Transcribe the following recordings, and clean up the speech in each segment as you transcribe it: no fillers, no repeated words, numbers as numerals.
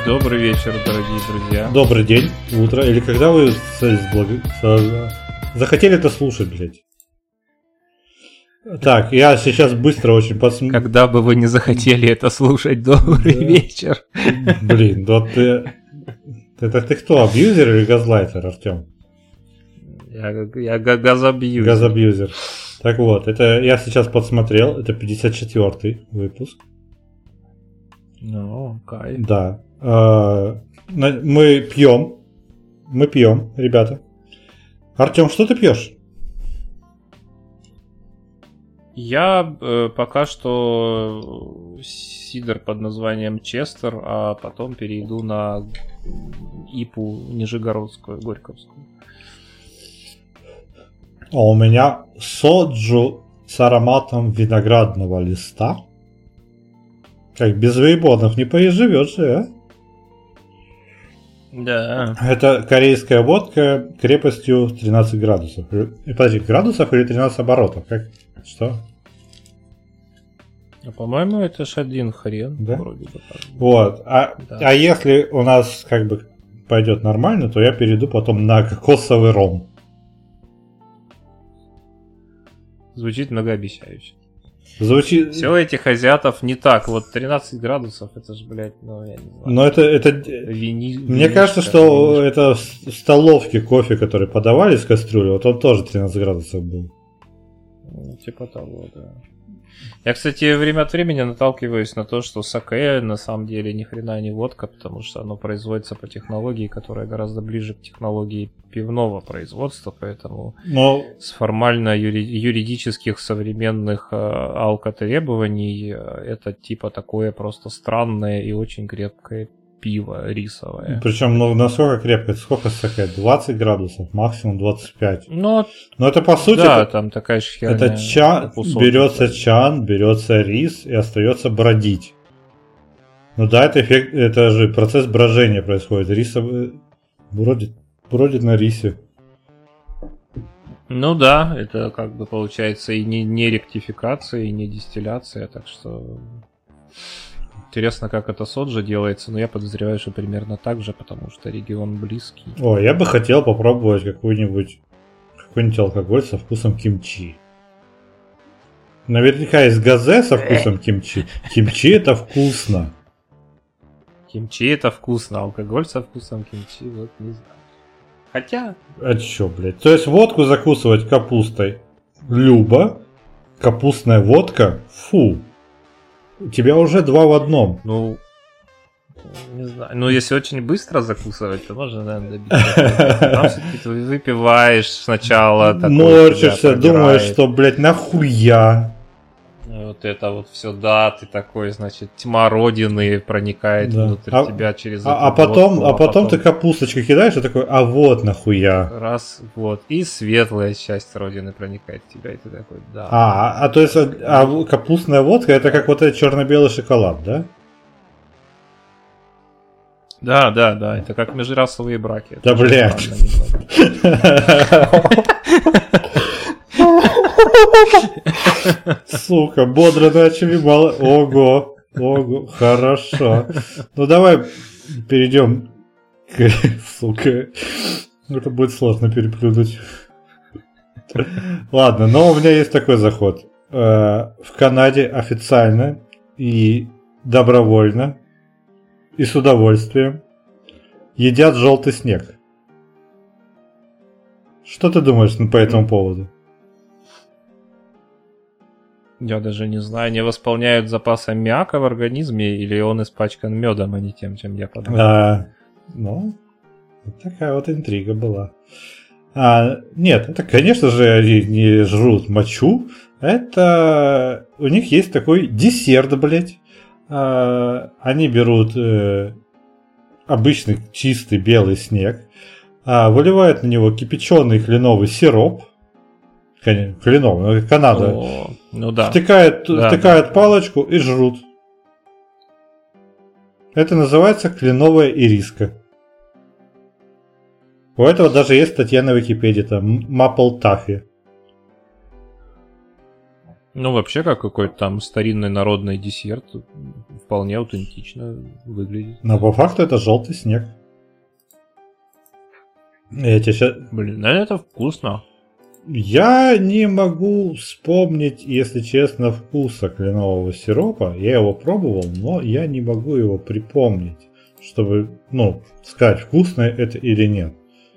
Добрый вечер, дорогие друзья. Добрый день, утро. Или когда вы захотели это слушать, блядь? Так, я сейчас быстро очень посмотрю. Когда бы вы не захотели это слушать, добрый вечер. Блин, вот ты кто, абьюзер или газлайтер, Артем? Я газабьюзер. Газабьюзер. Так вот, это я сейчас подсмотрел, это 54-й выпуск. Ну, кайф. Да. Мы пьем, ребята. Артем, что ты пьешь? Я пока что сидр под названием Честер, а потом перейду на ипу нижегородскую, горьковскую. А у меня соджу с ароматом виноградного листа. Как без вейбонов не поезживешь же, а? Да. Это корейская водка крепостью 13 градусов. Подожди, градусов или 13 оборотов? Как? Что? По-моему, это ж один хрен. Да? Вроде бы так. Вот. Да. А если у нас как бы пойдет нормально, то я перейду потом на кокосовый ром. Звучит многообещающе. Звучит... Все этих азиатов не так. Вот 13 градусов, это ж, блядь, ну я не знаю. Но это... Мне кажется, что это в столовке кофе, который подавали из кастрюли, вот он тоже 13 градусов был. Типа того, да. Я, кстати, время от времени наталкиваюсь на то, что саке на самом деле ни хрена не водка, потому что оно производится по технологии, которая гораздо ближе к технологии пивного производства, поэтому с формально юридических современных алкотребований это типа такое просто странное и очень крепкое пиво рисовое. Причем, ну, насколько крепко? Сколько саке? 20 градусов, максимум 25. Но это по сути... Да, там такая же херня. Это берется рис и остается бродить. Ну да, это эффект, это же процесс брожения происходит. Рис бродит на рисе. Ну да, это как бы получается и не ректификация, и не дистилляция, так что... Интересно, как это соджа делается, но я подозреваю, что примерно так же, потому что регион близкий. О, я бы хотел попробовать какой-нибудь алкоголь со вкусом кимчи. Наверняка есть газе со вкусом кимчи. Кимчи это вкусно. Кимчи это вкусно, алкоголь со вкусом кимчи, вот не знаю. Хотя... А чё, блядь? То есть водку закусывать капустой любо, капустная водка, фу. У тебя уже 2 в одном. Ну, не знаю. Ну, если очень быстро закусывать, то можно, наверное, добить. Там все-таки ты выпиваешь сначала. Морщишься, думаешь, что, блядь, нахуя? Вот это вот все, да, ты такой, значит, тьма родины проникает внутрь тебя через эту водку, а потом ты капусточку кидаешь и такой, а вот нахуя. Раз, вот, и светлая часть родины проникает в тебя, и ты такой, да. То есть, капустная водка это как вот этот черно-белый шоколад, да? Да, это как межрасовые браки. Да, блядь. Сука, бодро начали, мало. Ого, хорошо. Ну давай перейдем к... Сука, это будет сложно переплюнуть. Ладно, но у меня есть такой заход. В Канаде официально и добровольно и с удовольствием едят желтый снег. Что ты думаешь по этому поводу? Я даже не знаю, не восполняют запас аммиака в организме, или он испачкан медом, а не тем, чем я подумал. Вот такая вот интрига была. Нет, это, конечно же, они не жрут мочу. Это у них есть такой десерт, блядь. Они берут обычный чистый белый снег, выливают на него кипяченый кленовый сироп. Кленовый, Канада. Ну да. Втыкают палочку и жрут. Это называется кленовая ириска. У этого даже есть статья на Википедии, там Maple Taffy. Ну, вообще, как какой-то там старинный народный десерт, вполне аутентично выглядит. Но по факту это желтый снег. Я тебе сейчас... Блин, это вкусно. Я не могу вспомнить, если честно, вкуса кленового сиропа. Я его пробовал, но я не могу его припомнить, чтобы, сказать, вкусно это или нет.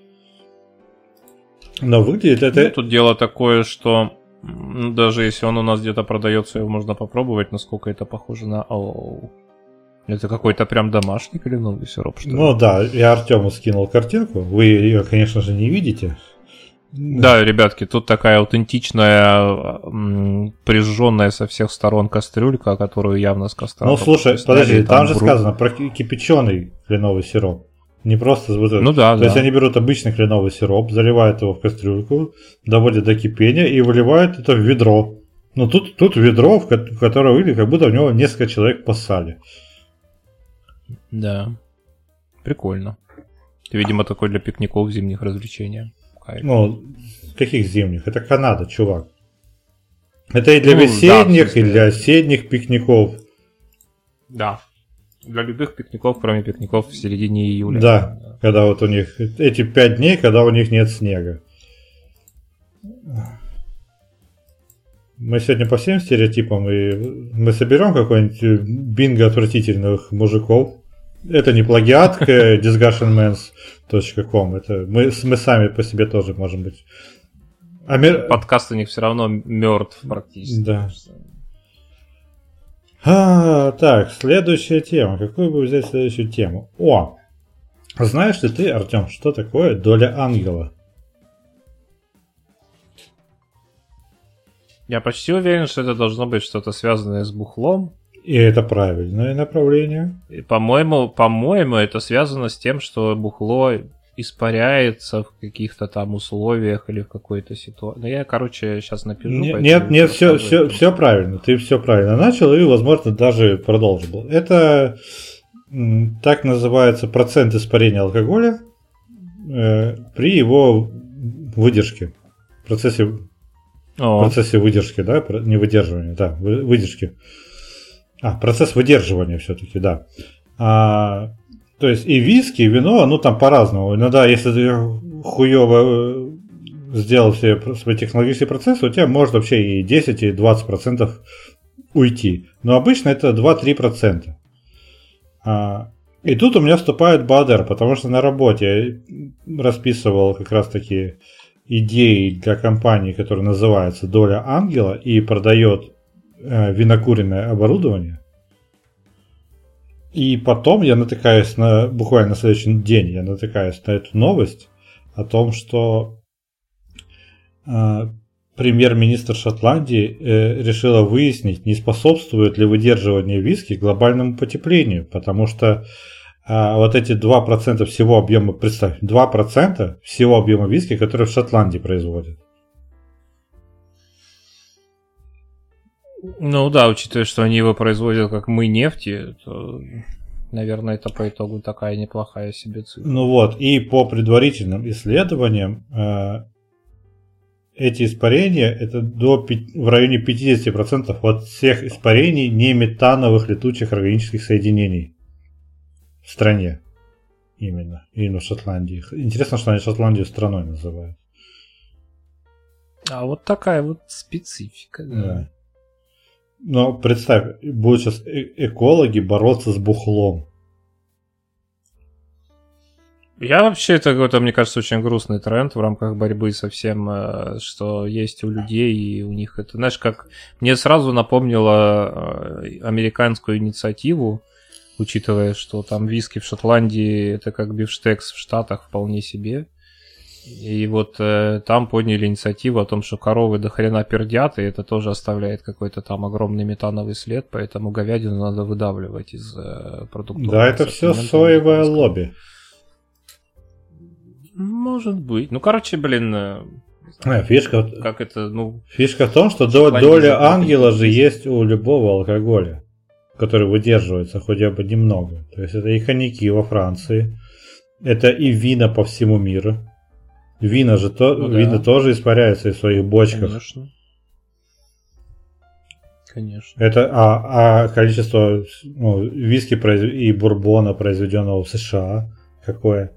Но выглядит это... Ну, тут дело такое, что даже если он у нас где-то продается, его можно попробовать, насколько это похоже на... Это какой-то прям домашний кленовый сироп, что ли? Ну да, я Артему скинул картинку. Вы ее, конечно же, не видите. Да, ребятки, тут такая аутентичная, прижженная со всех сторон кастрюлька, которую явно с костра. Ну слушай, подожди, там же сказано про кипяченый кленовый сироп. Не просто... Ну да, То есть они берут обычный кленовый сироп, заливают его в кастрюльку, доводят до кипения и выливают это в ведро. Ну тут ведро, в которое выглядит, как будто в него несколько человек поссали. Да, прикольно. Видимо, такой для пикников, зимних развлечений. Ну, каких зимних? Это Канада, чувак. Это и для весенних, и для осенних пикников. Да. Для любых пикников, кроме пикников в середине июля. Да, когда вот у них эти 5 дней, когда у них нет снега. Мы сегодня по всем стереотипам, и мы соберем какой-нибудь бинго отвратительных мужиков. Это не плагиат к discussionmans.com. Это мы сами по себе тоже можем быть. Подкаст у них все равно мертв практически. Да. Так, следующая тема. Какую бы взять следующую тему? Знаешь ли ты, Артем, что такое доля ангела? Я почти уверен, что это должно быть что-то связанное с бухлом. И это правильное направление. И, по-моему, это связано с тем, что бухло испаряется в каких-то там условиях или в какой-то ситуации. Ну, я, сейчас напишу. Нет, все правильно. Ты все правильно начал и, возможно, даже продолжил. Это так называется процент испарения алкоголя при его выдержке. В процессе выдержки, да? Не выдерживания, да, выдержки. Процесс выдерживания все-таки, да. То есть и виски, и вино, оно там по-разному. Иногда, если ты хуёво сделал все свои технологические процессы, у тебя может вообще и 10, и 20% уйти. Но обычно это 2-3%. И тут у меня вступает БАДР, потому что на работе я расписывал как раз таки идеи для компании, которая называется «Доля ангела» и продает винокуренное оборудование. И потом я натыкаюсь буквально на следующий день я натыкаюсь на эту новость о том, что премьер-министр Шотландии решила выяснить, не способствует ли выдерживание виски глобальному потеплению, потому что вот эти 2% всего объема, представь, 2% всего объема виски, который в Шотландии производят. Ну да, учитывая, что они его производят как мы нефти, то, наверное, это по итогу такая неплохая себе цифра. Ну вот, и по предварительным исследованиям эти испарения это в районе 50% от всех испарений неметановых летучих органических соединений в стране. Именно в Шотландии. Интересно, что они Шотландию страной называют. А вот такая вот специфика. Да. Но представь, будут сейчас экологи бороться с бухлом. Я вообще, это какой-то, мне кажется, очень грустный тренд в рамках борьбы со всем, что есть у людей, и у них это, знаешь, как мне сразу напомнило американскую инициативу, учитывая, что там виски в Шотландии это как бифштекс в Штатах вполне себе. И вот там подняли инициативу о том, что коровы до хрена пердят, и это тоже оставляет какой-то там огромный метановый след, поэтому говядину надо выдавливать из продуктов. Да, это все соевое лобби. Может быть. Ну, короче, блин... Фишка, как это, фишка в том, что доля ангела же есть у любого алкоголя, который выдерживается хотя бы немного. То есть это и коньяки во Франции, это и вина по всему миру. Вина же вина тоже испаряются из своих бочках. Конечно. Конечно. Это, количество виски и бурбона, произведенного в США, какое?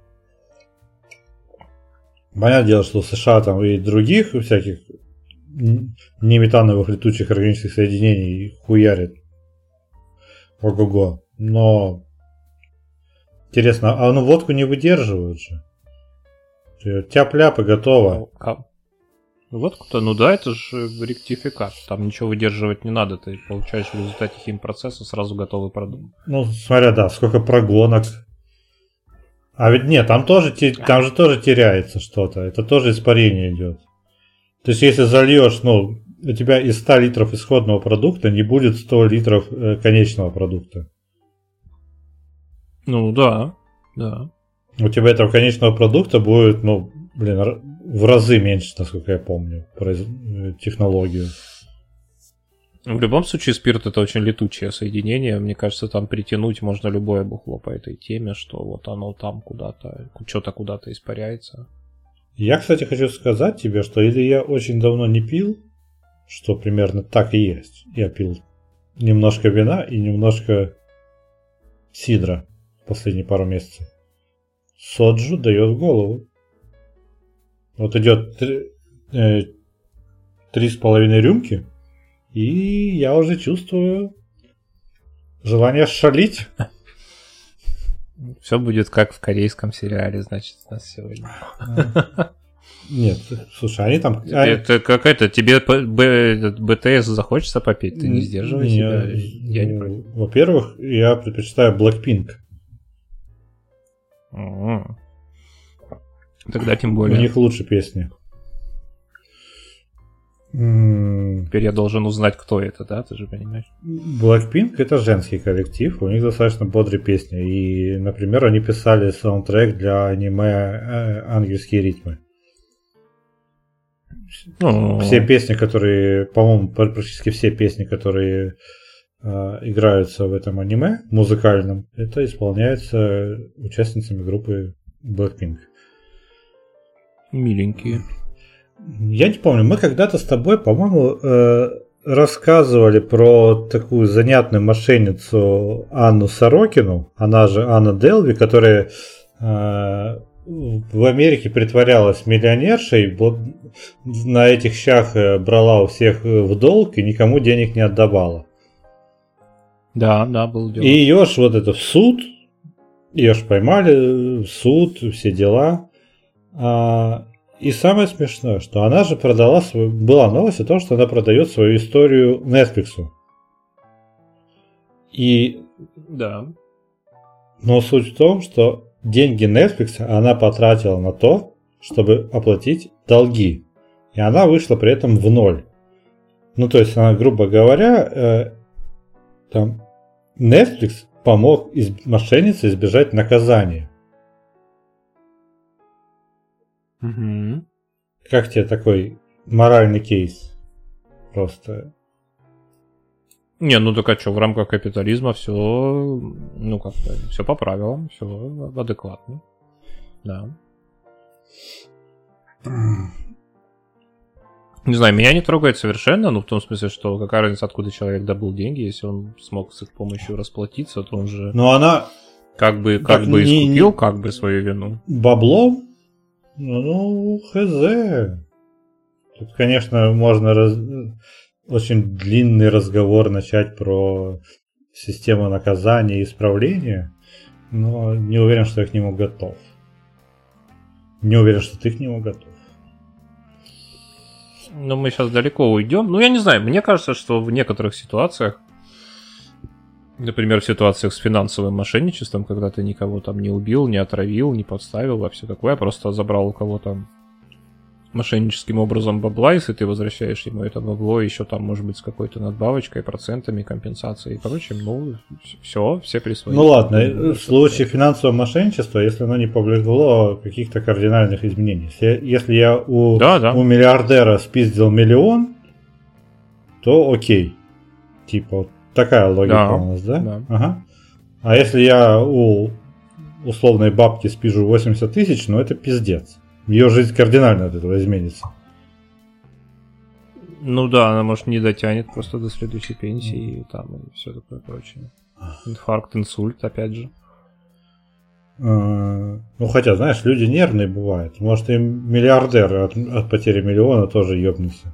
Понятное дело, что в США там и других всяких неметановых летучих органических соединений хуярит. Ого-го. Но интересно, а водку не выдерживают же? Тяп-ляп и готово. Водку-то, это же ректификат. Там ничего выдерживать не надо. Ты получаешь в результате химпроцесса сразу готовый продукт. Смотря, сколько прогонок. А ведь нет, там же тоже теряется что-то. Это тоже испарение идет. То есть, если зальешь, у тебя из 100 литров исходного продукта не будет 100 литров конечного продукта. Да. У тебя этого конечного продукта будет, в разы меньше, насколько я помню, технологию. В любом случае, спирт — это очень летучее соединение. Мне кажется, там притянуть можно любое бухло по этой теме, что вот оно там что-то куда-то испаряется. Я, кстати, хочу сказать тебе, что или я очень давно не пил, что примерно так и есть. Я пил немножко вина и немножко сидра последние пару месяцев. Соджу дает в голову. Вот идет 3,5 рюмки, и я уже чувствую желание шалить. Все будет как в корейском сериале, значит, у нас сегодня. Нет, слушай, они там... Это какая-то... Тебе БТС захочется попить? Ты не сдерживай себя. Я не против. Во-первых, я предпочитаю Blackpink. Тогда тем более. У них лучше песни. Теперь я должен узнать, кто это, да? Ты же понимаешь? Blackpink — это женский коллектив, у них достаточно бодрые песни. И, например, они писали саундтрек для аниме «Ангельские ритмы». Все песни, которые, по-моему, практически все песни, которые играются в этом аниме музыкальном, это исполняется участницами группы Blackpink. Миленькие. Я не помню, мы когда-то с тобой, по-моему, рассказывали про такую занятную мошенницу Анну Сорокину, она же Анна Делви, которая в Америке притворялась миллионершей, на этих щах брала у всех в долг и никому денег не отдавала. Да, был дело. И ее ж в суд, ее ж поймали в суд, все дела. И самое смешное, что она же продала была новость о том, что она продает свою историю Netflix. Да. Но суть в том, что деньги Netflix она потратила на то, чтобы оплатить долги. И она вышла при этом в ноль. То есть она, грубо говоря, Netflix помог мошеннице избежать наказания. Угу. Как тебе такой моральный кейс? Просто. Так а что, в рамках капитализма все, все по правилам, все адекватно. Да. Не знаю, меня не трогает совершенно, в том смысле, что какая разница, откуда человек добыл деньги, если он смог с их помощью расплатиться, то он же она как бы искупил свою вину. Баблом? Хз. Тут, конечно, можно очень длинный разговор начать про систему наказания и исправления, но не уверен, что я к нему готов. Не уверен, что ты к нему готов. Мы сейчас далеко уйдем. Я не знаю, мне кажется, что в некоторых ситуациях, например, в ситуациях с финансовым мошенничеством, когда ты никого там не убил, не отравил, не подставил, а все такое, просто забрал у кого-то мошенническим образом бабла, если ты возвращаешь ему это бабло, еще там, может быть, с какой-то надбавочкой, процентами, компенсацией и прочим, все присвоили. Ладно, в случае финансового мошенничества, если оно не повлекло каких-то кардинальных изменений. Если я у миллиардера спиздил 1 миллион, то окей. Типа, такая логика у нас, да? Да. Ага. А если я у условной бабки спижу 80 000, это пиздец. Ее жизнь кардинально от этого изменится. Ну да, она, может, не дотянет просто до следующей пенсии и там и все такое прочее. Инфаркт, инсульт, опять же. Ну, хотя, знаешь, люди нервные бывают. Может, и миллиардер от потери миллиона тоже ёбнулся.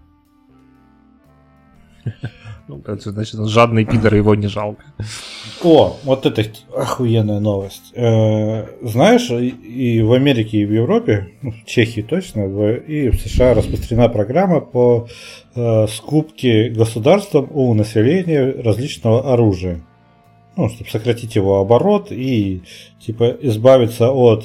Ну, значит, он жадный пидор, его не жалко. О, вот это охуенная новость. Знаешь, и в Америке, и в Европе, в Чехии точно, и в США распространена программа по скупке государством у населения различного оружия. Ну, чтобы сократить его оборот и, типа, избавиться от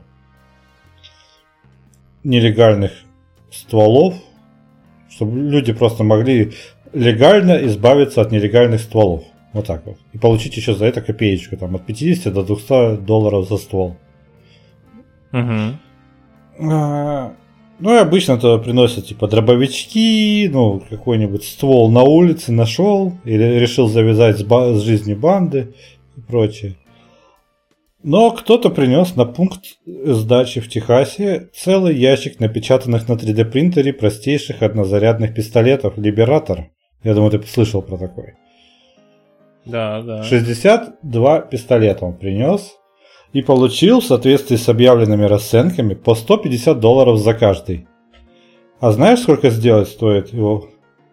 нелегальных стволов, чтобы люди просто могли легально избавиться от нелегальных стволов. Вот так вот. И получить еще за это копеечку, там, от 50 до $200 за ствол. Угу. Ну и обычно это приносят типа дробовички, ну, какой-нибудь ствол на улице нашел, или решил завязать с жизнью банды и прочее. Но кто-то принес на пункт сдачи в Техасе целый ящик напечатанных на 3D принтере простейших однозарядных пистолетов Liberator. Я думаю, ты слышал про такой. Да, да. 62 пистолета он принес и получил в соответствии с объявленными расценками по $150 за каждый. А знаешь, сколько сделать стоит его?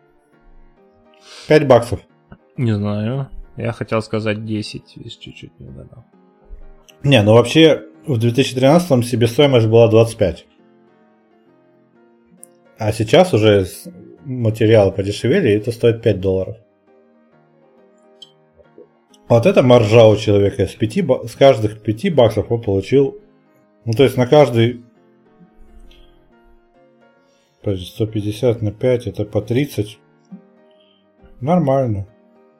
$5. Не знаю. Я хотел сказать 10, если чуть-чуть не догадал. Не, ну вообще в 2013 себестоимость была 25. А сейчас уже материалы подешевели, и это стоит $5. Вот это маржа у человека. С каждых $5 он получил. Ну, то есть на каждый 150 на 5 это по 30. Нормально.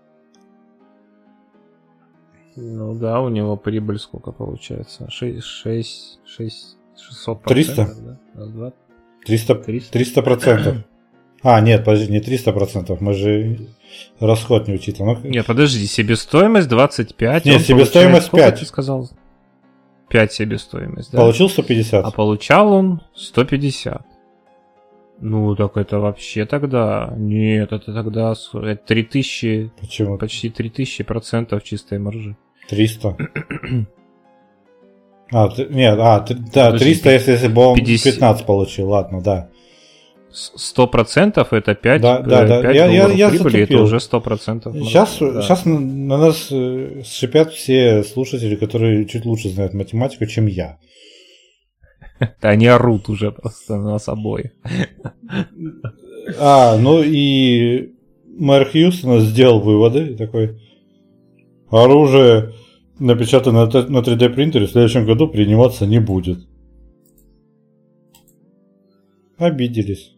Ну да, у него прибыль сколько получается? 600%. 300? Да? 300%. А, нет, подожди, не 300%. Мы же расход не учитываем. Нет, подожди, себестоимость 25. Нет, себестоимость 5. Ты сказал? 5 себестоимость, да? Получил 150. А получал он 150. Ну, так это вообще тогда... Нет, это тогда 3000... Почему? Почти 3000% чистой маржи. 300. Да, 300, если бы он 15 получил, ладно, да. 100% это 5, да. 5 я долларов прибыли, это зацепил. уже 100%. Сейчас на нас шипят все слушатели, которые чуть лучше знают математику, чем я. Да они орут уже просто на нас обоих. Ну и мэр Хьюстона сделал выводы. Такой: оружие, напечатанное на 3D принтере, в следующем году приниматься не будет. Обиделись.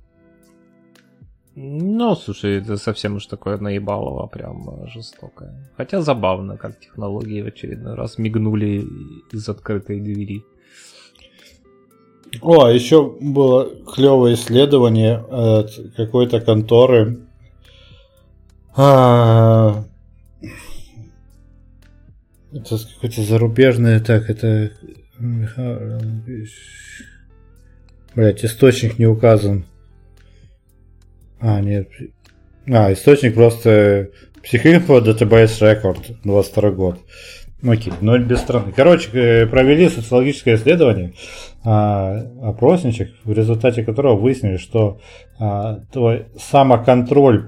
Ну, слушай, это совсем уж такое наебалово, прям жестокое. Хотя забавно, как технологии в очередной раз мигнули из открытой двери. О, еще было клевое исследование от какой-то конторы. Это какой-то зарубежный, так, это... Блять, источник не указан. Нет. Источник просто Psychinfo Database Record, 22 год. Окей, 0 без страны. Короче, провели социологическое исследование, опросничек, в результате которого выяснили, что твой самоконтроль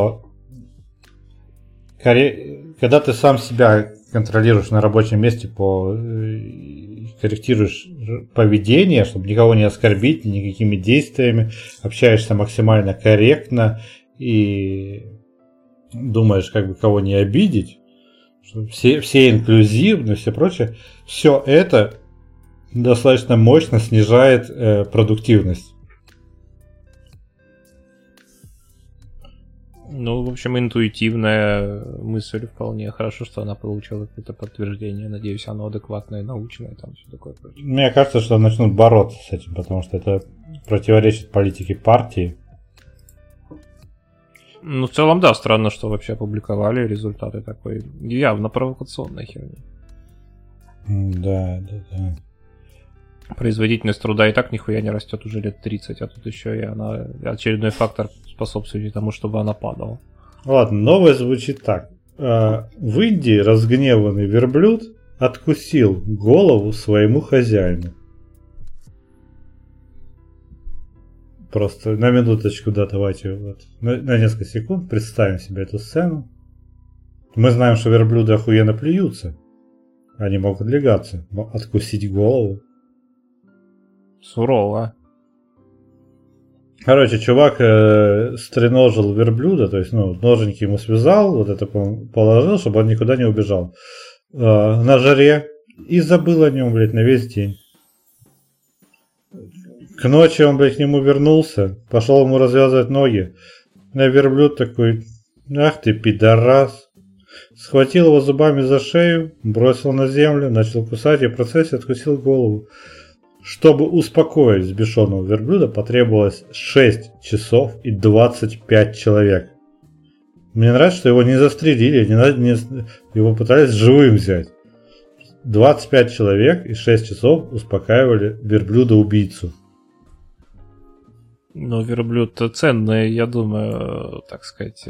когда ты сам себя контролируешь на рабочем месте, корректируешь поведение, чтобы никого не оскорбить никакими действиями, общаешься максимально корректно и думаешь, как бы кого не обидеть, все инклюзивны, все прочее, все это достаточно мощно снижает продуктивность. Ну, в общем, интуитивная мысль вполне. Хорошо, что она получила какое-то подтверждение. Надеюсь, оно адекватное, научное, там все такое прочее. Мне кажется, что начнут бороться с этим, потому что это противоречит политике партии. Ну, в целом, да, странно, что вообще опубликовали результаты такой явно провокационной херни. Да. Производительность труда и так нихуя не растет уже лет 30, а тут еще и она очередной фактор способствует тому, чтобы она падала. Ладно, новое звучит так. В Индии разгневанный верблюд откусил голову своему хозяину. Просто на минуточку, да, давайте вот, на несколько секунд представим себе эту сцену. Мы знаем, что верблюды охуенно плюются. Они могут легаться, но откусить голову. Сурово. Короче, чувак стреножил верблюда, то есть, ноженьки ему связал, вот это положил, чтобы он никуда не убежал. На жаре. И забыл о нем, блядь, на весь день. К ночи он, блядь, к нему вернулся, пошел ему развязывать ноги. А верблюд такой: ах ты, пидорас. Схватил его зубами за шею, бросил на землю, начал кусать и в процессе откусил голову. Чтобы успокоить взбешенного верблюда, потребовалось 6 часов и 25 человек. Мне нравится, что его не застрелили, его пытались живым взять. 25 человек и 6 часов успокаивали верблюда-убийцу. Ну, верблюд ценный, я думаю, так сказать,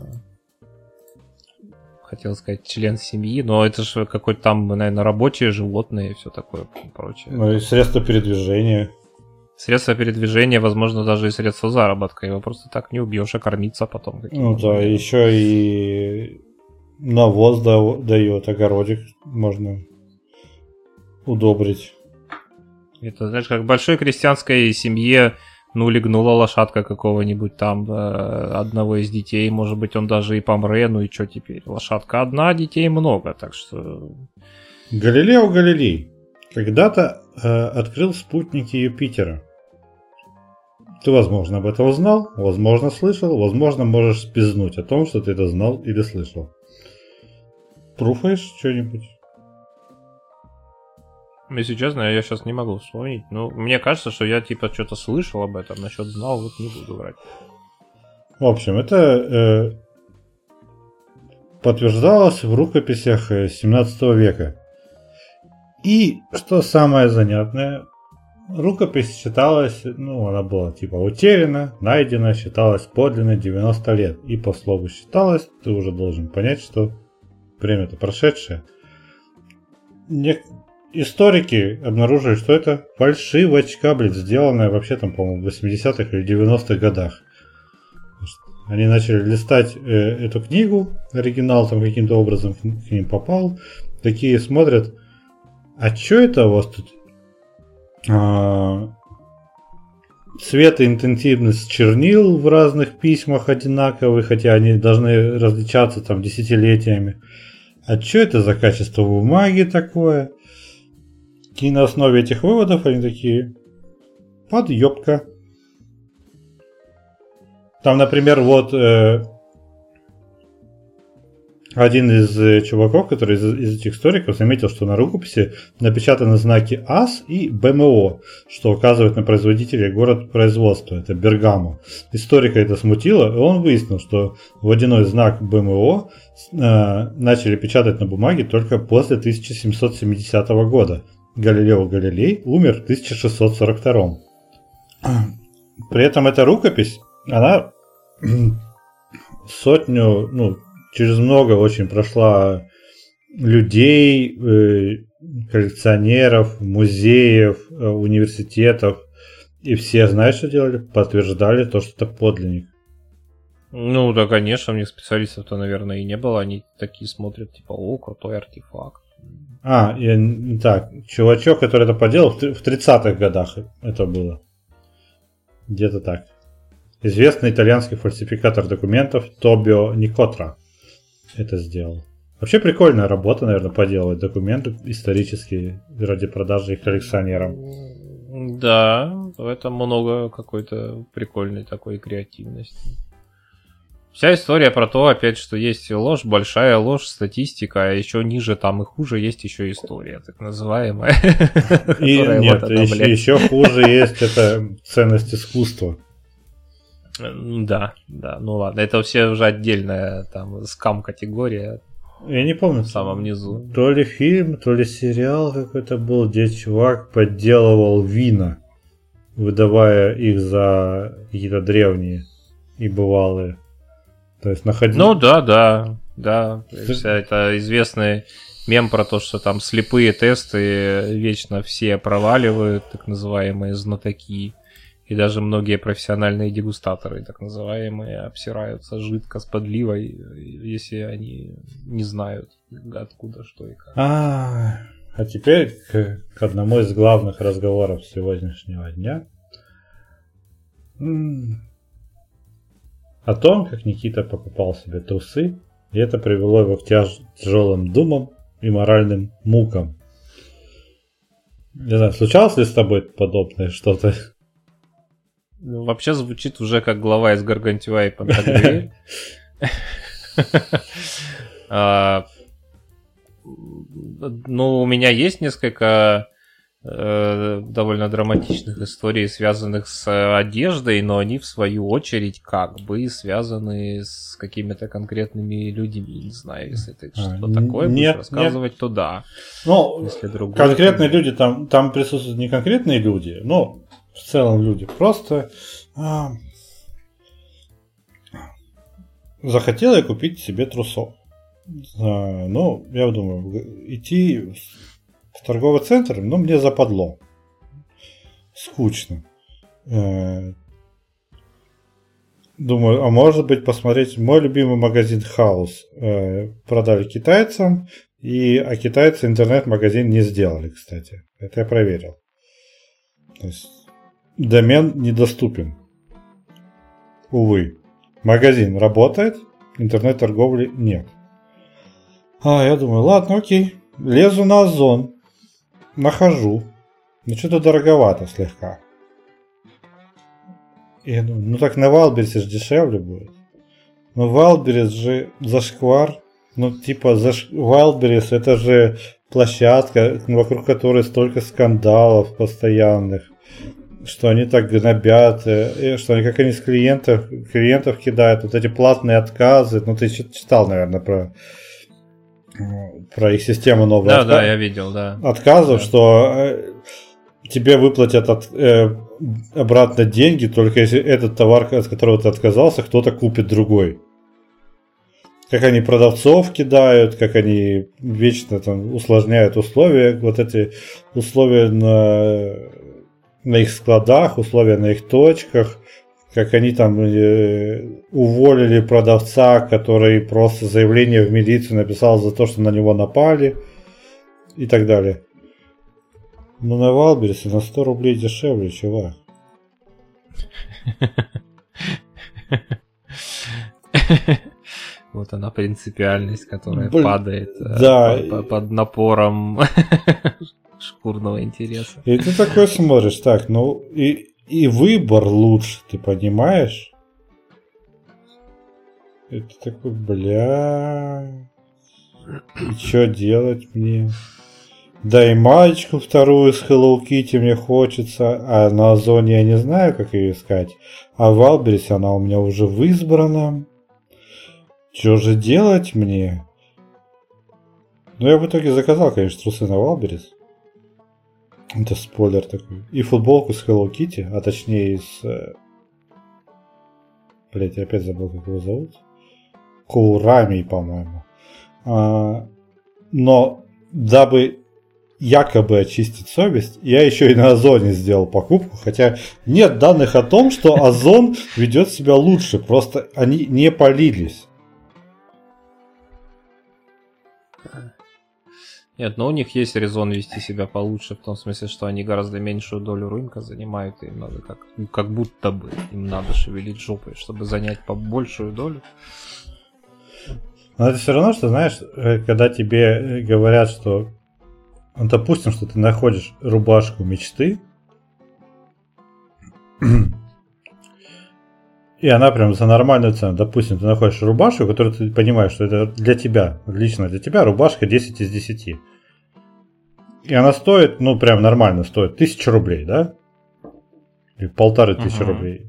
хотел сказать, член семьи, но это же какой-то там, наверное, рабочие животные и все такое прочее. Ну и средства передвижения. Средства передвижения, возможно, даже и средства заработка. Его просто так не убьешь, а кормиться потом. Ну да, еще и навоз дает, огородик можно удобрить. Это, знаешь, как в большой крестьянской семье, легнула лошадка какого-нибудь там одного из детей, может быть, он даже и помре, и что теперь? Лошадка одна, детей много, так что... Галилео Галилей когда-то открыл спутники Юпитера. Ты, возможно, об этом узнал, возможно, слышал, возможно, можешь спизнуть о том, что ты это знал или слышал. Пруфаешь что-нибудь? Если честно, я сейчас не могу вспомнить. Мне кажется, что я что-то слышал об этом, насчет знал, вот не буду врать. В общем, это подтверждалось в рукописях 17 века. И, что самое занятное, рукопись считалась, она была утеряна, найдена, считалась подлинной 90 лет. И по слову считалась, ты уже должен понять, что время-то прошедшее. Историки обнаружили, что это фальшивочка, сделанная вообще там, по-моему, в 80-х или 90-х годах. Они начали листать эту книгу, оригинал там каким-то образом к ним попал. Такие смотрят: а что это у вас тут? Цвет и интенсивность чернил в разных письмах одинаковые, хотя они должны различаться там десятилетиями. А что это за качество бумаги такое? И на основе этих выводов они такие: подъебка. Там, например, вот один из чуваков, который из этих историков, заметил, что на рукописи напечатаны знаки АС и БМО, что указывает на производителя и город производства. Это Бергамо. Историка это смутило, и он выяснил, что водяной знак БМО начали печатать на бумаге только после 1770 года. Галилео Галилей умер в 1642. При этом эта рукопись, она через много очень прошла людей, коллекционеров, музеев, университетов. И все, знаешь, что делали? Подтверждали то, что это подлинник. Да, конечно, у них специалистов-то, наверное, и не было. Они такие смотрят, крутой артефакт. Так, чувачок, который это поделал, в 30-х годах это было. Где-то так. Известный итальянский фальсификатор документов Тобио Никотра это сделал. Вообще прикольная работа, наверное, поделывать документы исторические ради продажи их коллекционерам. Да, в этом много какой-то прикольной такой креативности. Вся история про то, опять, что есть ложь, большая ложь, статистика, а еще ниже там и хуже есть еще история, так называемая. И нет, еще хуже есть это ценность искусства. Да, ладно, это все уже отдельная там скам-категория. Я не помню. В самом низу. То ли фильм, то ли сериал какой-то был, где чувак подделывал вина, выдавая их за какие-то древние и бывалые. То есть находил... Ну да. Это известный мем про то, что там слепые тесты вечно все проваливают, так называемые знатоки. И даже многие профессиональные дегустаторы, так называемые, обсираются жидко с подливой, если они не знают, откуда, что и как. А теперь к одному из главных разговоров сегодняшнего дня. О том, как Никита покупал себе трусы, и это привело его к тяжелым думам и моральным мукам. Не знаю, случалось ли с тобой подобное что-то? Ну, вообще звучит уже как глава из Гаргантюа и Пантагрюэль. Ну, у меня есть несколько довольно драматичных историй, связанных с одеждой, но они, в свою очередь, как бы связаны с какими-то конкретными людьми. Не знаю, если ты что-то такое будешь рассказывать, то да. Ну, конкретные люди, там присутствуют не конкретные люди, но в целом люди. Просто захотел я купить себе трусов. Ну, я думаю, идти в торговый центр, но мне западло. Скучно. Думаю, а может быть посмотреть мой любимый магазин Хаус. Продали китайцам, а китайцы интернет-магазин не сделали, кстати. Это я проверил. То есть домен недоступен. Увы. Магазин работает, интернет-торговли нет. Я думаю, ладно, окей. Лезу на Озон. Нахожу. Ну, что-то дороговато слегка. И я думаю, ну так на Вайлдберрисе же дешевле будет. Но Wildberries же зашквар. Ну, типа, Wildberries это же площадка, вокруг которой столько скандалов постоянных. Что они так гнобят, что они, как они с клиентов кидают, вот эти платные отказы. Ну, ты читал, наверное, про их систему новую. Да, я видел, да. Отказов, да. Что тебе выплатят обратно деньги, только если этот товар, от которого ты отказался, кто-то купит другой. Как они продавцов кидают, как они вечно там усложняют условия, вот эти условия на их складах, условия на их точках, как они там уволили продавца, который просто заявление в милицию написал за то, что на него напали и так далее. Ну, на Вайлдберрисе на 100 рублей дешевле, чувак. Вот она принципиальность, которая падает под напором шкурного интереса. И ты такой смотришь, так, ну и выбор лучше, ты понимаешь? Это такой, бля, и что делать мне? Да и маечку вторую с Hello Kitty мне хочется, а на Озоне я не знаю, как ее искать. А в Wildberries она у меня уже в избранном. Что же делать мне? Ну, я в итоге заказал, конечно, трусы на Wildberries. Это спойлер такой. И футболку с Hello Kitty, а точнее с... Блять, я опять забыл, как его зовут. Коурами, по-моему. Но дабы якобы очистить совесть, я еще и на Озоне сделал покупку, хотя нет данных о том, что Озон ведет себя лучше, просто они не палились. Нет, но у них есть резон вести себя получше, в том смысле, что они гораздо меньшую долю рынка занимают, и им надо как будто бы им надо шевелить жопой, чтобы занять побольшую долю. Но это все равно, что, знаешь, когда тебе говорят, что, допустим, что ты находишь рубашку мечты, и она прям за нормальную цену. Допустим, ты находишь рубашку, которую ты понимаешь, что это для тебя, лично для тебя рубашка 10 из 10. И она стоит, ну прям нормально стоит, 1000 рублей, да? Или 1500 рублей.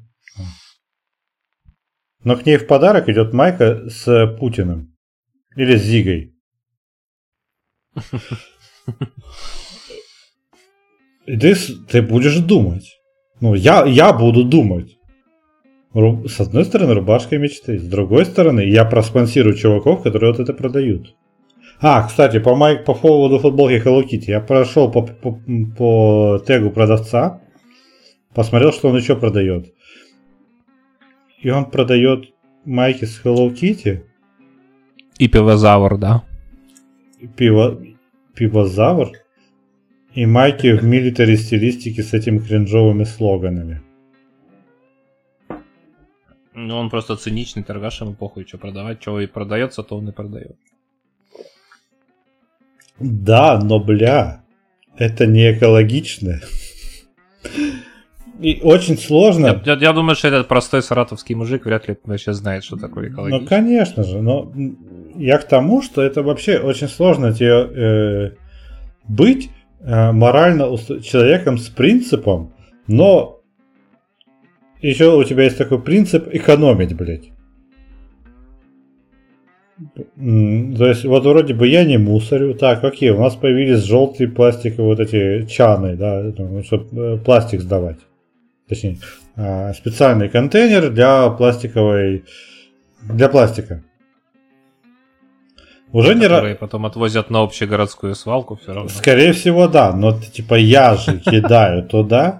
Но к ней в подарок идет майка с Путиным. Или с Зигой. И ты будешь думать. Ну, я буду думать. С одной стороны, рубашка мечты. С другой стороны, я проспонсирую чуваков, которые вот это продают. Кстати, по поводу футболки Hello Kitty. Я прошел по тегу продавца, посмотрел, что он еще продает. И он продает майки с Hello Kitty. И пивозавр, да. Пивозавр. И майки в милитари стилистике с этими кринжовыми слоганами. Ну, он просто циничный торгаш, ему похуй, что продавать. Что и продается, то он и продает. Да, но, это не экологично. И очень сложно. Я думаю, что этот простой саратовский мужик вряд ли вообще знает, что такое экологично. Ну, конечно же. Но я к тому, что это вообще очень сложно тебе быть морально человеком с принципом, но еще у тебя есть такой принцип экономить, блядь. То есть, вот вроде бы я не мусорю. Так, окей, у нас появились желтые пластиковые вот эти чаны, да, чтобы пластик сдавать. Точнее, специальный контейнер для пластика. Уже которые потом отвозят на общегородскую свалку все равно. Скорее всего, да. Но типа я же кидаю туда.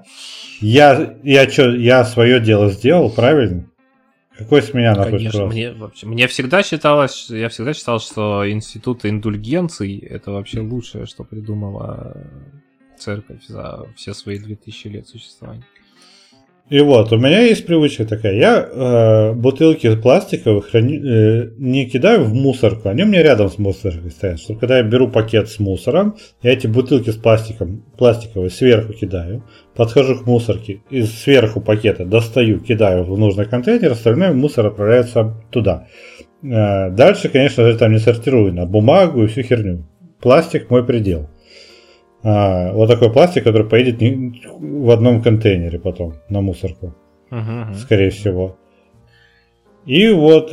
Я свое дело сделал, правильно? Какой с меня нахуй Конечно, мне всегда считалось, я всегда считал, что институт индульгенций это вообще лучшее, что придумала церковь за все свои 2000 лет существования. И вот, у меня есть привычка такая. Я бутылки пластиковых не кидаю в мусорку, они у меня рядом с мусоркой стоят. Чтобы когда я беру пакет с мусором, я эти бутылки с пластиковые сверху кидаю, подхожу к мусорке и сверху пакета достаю, кидаю в нужный контейнер, остальной мусор отправляется туда. Дальше, конечно же, там не сортирую на бумагу и всю херню. Пластик мой предел. Вот такой пластик, который поедет в одном контейнере потом на мусорку. Скорее всего. И вот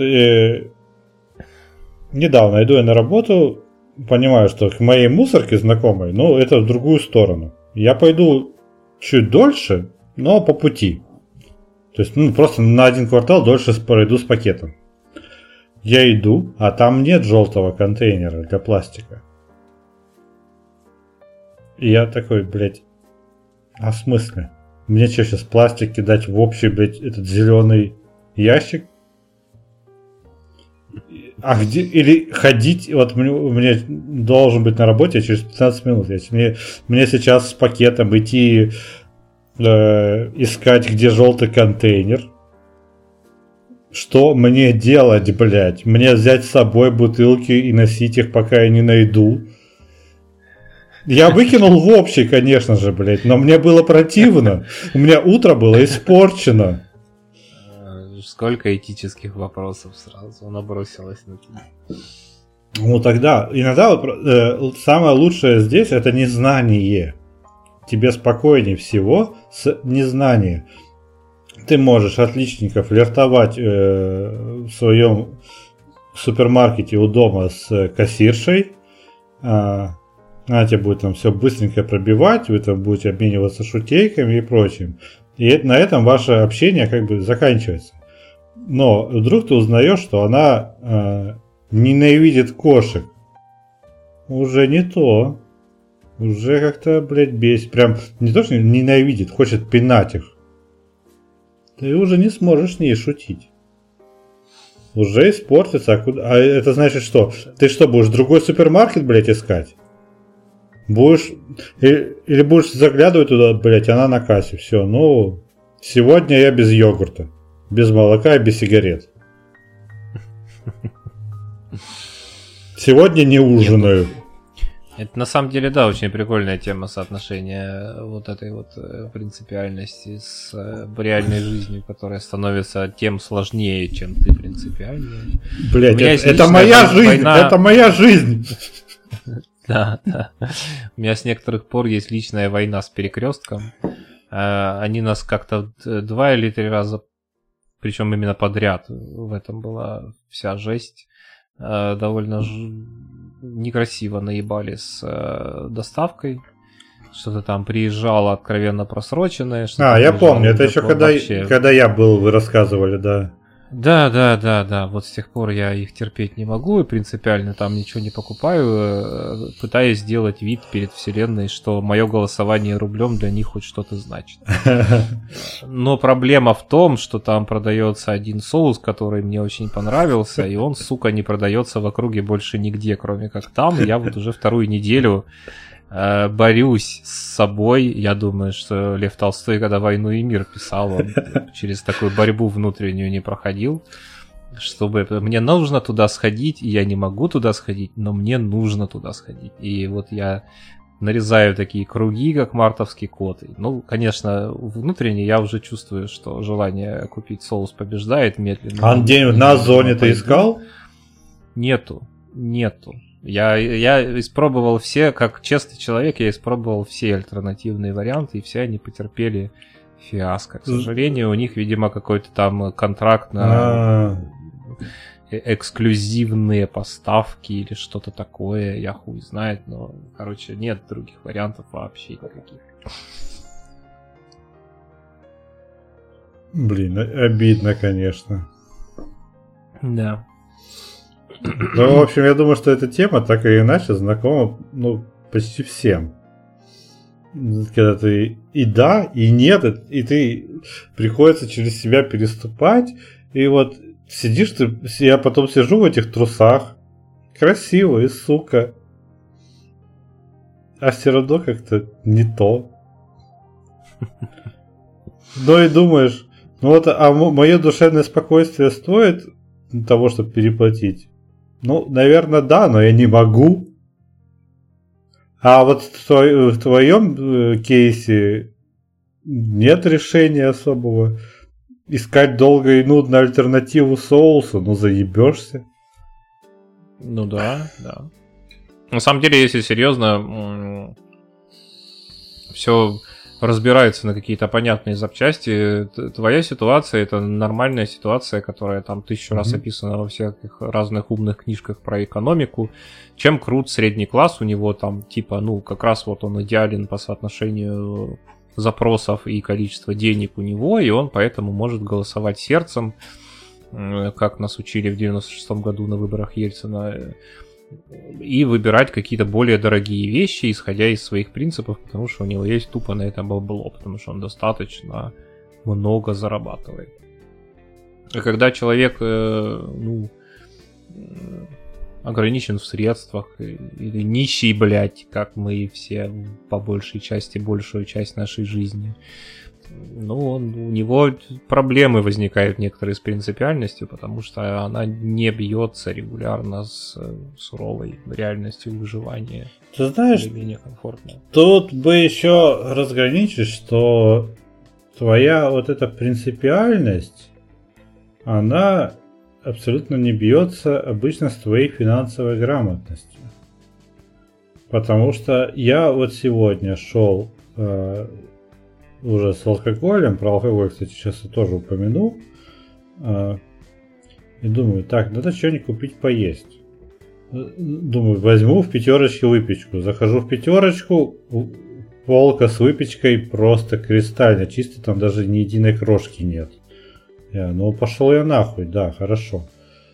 недавно иду я на работу, понимаю, что к моей мусорке знакомой, это в другую сторону. Я пойду чуть дольше, но по пути. То есть, просто на один квартал дольше пройду с пакетом. Я иду, а там нет желтого контейнера для пластика. И я такой, блядь, в смысле? Мне что, сейчас пластик кидать в общий, блядь, этот зеленый ящик? А где? Или ходить, вот мне должен быть на работе через 15 минут. Мне сейчас с пакетом идти искать, где желтый контейнер. Что мне делать, блядь? Мне взять с собой бутылки и носить их, пока я не найду? Я выкинул в общий, конечно же, блядь, но мне было противно. У меня утро было испорчено. Сколько этических вопросов сразу набросилось на тебя. Тогда, иногда самое лучшее здесь это незнание. Тебе спокойнее всего с незнанием. Ты можешь отличненько флиртовать в своем супермаркете у дома с кассиршей. Она тебе будет там все быстренько пробивать, вы там будете обмениваться шутейками и прочим. И на этом ваше общение как бы заканчивается. Но вдруг ты узнаешь, что она ненавидит кошек. Уже не то. Уже как-то, блядь, бесит. Прям не то, что ненавидит, хочет пинать их. Ты уже не сможешь с ней шутить. Уже испортится. А это значит что? Ты что, будешь другой супермаркет, блядь, искать? Будешь или будешь заглядывать туда, блять, она на кассе. Все, сегодня я без йогурта, без молока и без сигарет. Сегодня не ужинаю. Это на самом деле, да, очень прикольная тема соотношения вот этой вот принципиальности с реальной жизнью, которая становится тем сложнее, чем ты принципиальнее. Блять, это моя жизнь, это моя жизнь. Да. У меня с некоторых пор есть личная война с Перекрестком. Они нас как-то 2 или 3 раза, причем именно подряд, в этом была вся жесть, довольно некрасиво наебали с доставкой. Что-то там приезжало откровенно просроченное. Я помню, это еще когда я был, вы рассказывали, да. Да. Вот с тех пор я их терпеть не могу и принципиально там ничего не покупаю, пытаясь сделать вид перед вселенной, что мое голосование рублем для них хоть что-то значит. Но проблема в том, что там продается один соус, который мне очень понравился, и он, сука, не продается в округе больше нигде, кроме как там. Я вот уже вторую неделю борюсь с собой. Я думаю, что Лев Толстой, когда «Войну и мир» писал, он через такую борьбу внутреннюю не проходил, чтобы мне нужно туда сходить, и я не могу туда сходить, но мне нужно туда сходить. И вот я нарезаю такие круги, как мартовский кот. Ну, конечно, внутренне я уже чувствую, что желание купить соус побеждает медленно. А где-нибудь на Озоне ты искал? Нету. Я испробовал все, как честный человек, я испробовал все альтернативные варианты, и все они потерпели фиаско. К сожалению, у них, видимо, какой-то там контракт на эксклюзивные поставки или что-то такое, я хуй знает, но, короче, нет других вариантов вообще никаких. Блин, обидно, конечно. Да. Ну, в общем, я думаю, что эта тема так или иначе знакома, почти всем. Когда ты и да, и нет, и ты приходится через себя переступать, и вот сидишь ты, я потом сижу в этих трусах, красиво и сука, а все равно как-то не то. Ну и думаешь, мое душевное спокойствие стоит того, чтобы переплатить? Ну, наверное, да, но я не могу. А вот в твоем кейсе нет решения особого. Искать долго и нудно альтернативу соусу, заебешься. Ну да. На самом деле, если серьезно, все разбирается на какие-то понятные запчасти. Твоя ситуация — это нормальная ситуация, которая там 1000 раз описана во всяких разных умных книжках про экономику. Чем крут средний класс, у него там типа, как раз вот он идеален по соотношению запросов и количества денег у него, и он поэтому может голосовать сердцем, как нас учили в 96-м году на выборах Ельцина, и выбирать какие-то более дорогие вещи, исходя из своих принципов, потому что у него есть тупо на это бабло, потому что он достаточно много зарабатывает. А когда человек, ограничен в средствах, или нищий, блядь, как мы все по большей части, большую часть нашей жизни, у него проблемы возникают некоторые с принципиальностью, потому что она не бьется регулярно с суровой реальностью выживания. Ты знаешь, менее комфортно. Тут бы еще разграничить, что твоя вот эта принципиальность, она абсолютно не бьется обычно с твоей финансовой грамотностью. Потому что я вот сегодня шел уже с алкоголем, про алкоголь, кстати, сейчас я тоже упомяну, и думаю, так, надо что-нибудь купить поесть. Думаю, возьму в пятерочке выпечку. Захожу в пятерочку, полка с выпечкой просто кристально чисто, там даже ни единой крошки нет. Пошел я нахуй, да, хорошо.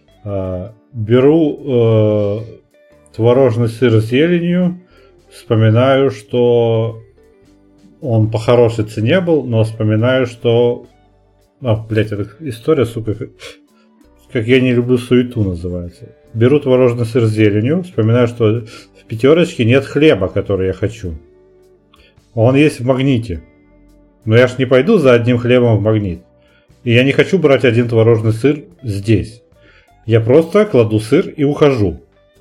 Беру творожный сыр с зеленью, вспоминаю, что он по хорошей цене был, но вспоминаю, что... эта история, сука, как я не люблю суету называется. Беру творожный сыр с зеленью, вспоминаю, что в пятерочке нет хлеба, который я хочу. Он есть в Магните. Но я ж не пойду за одним хлебом в Магнит. И я не хочу брать один творожный сыр здесь. Я просто кладу сыр и ухожу.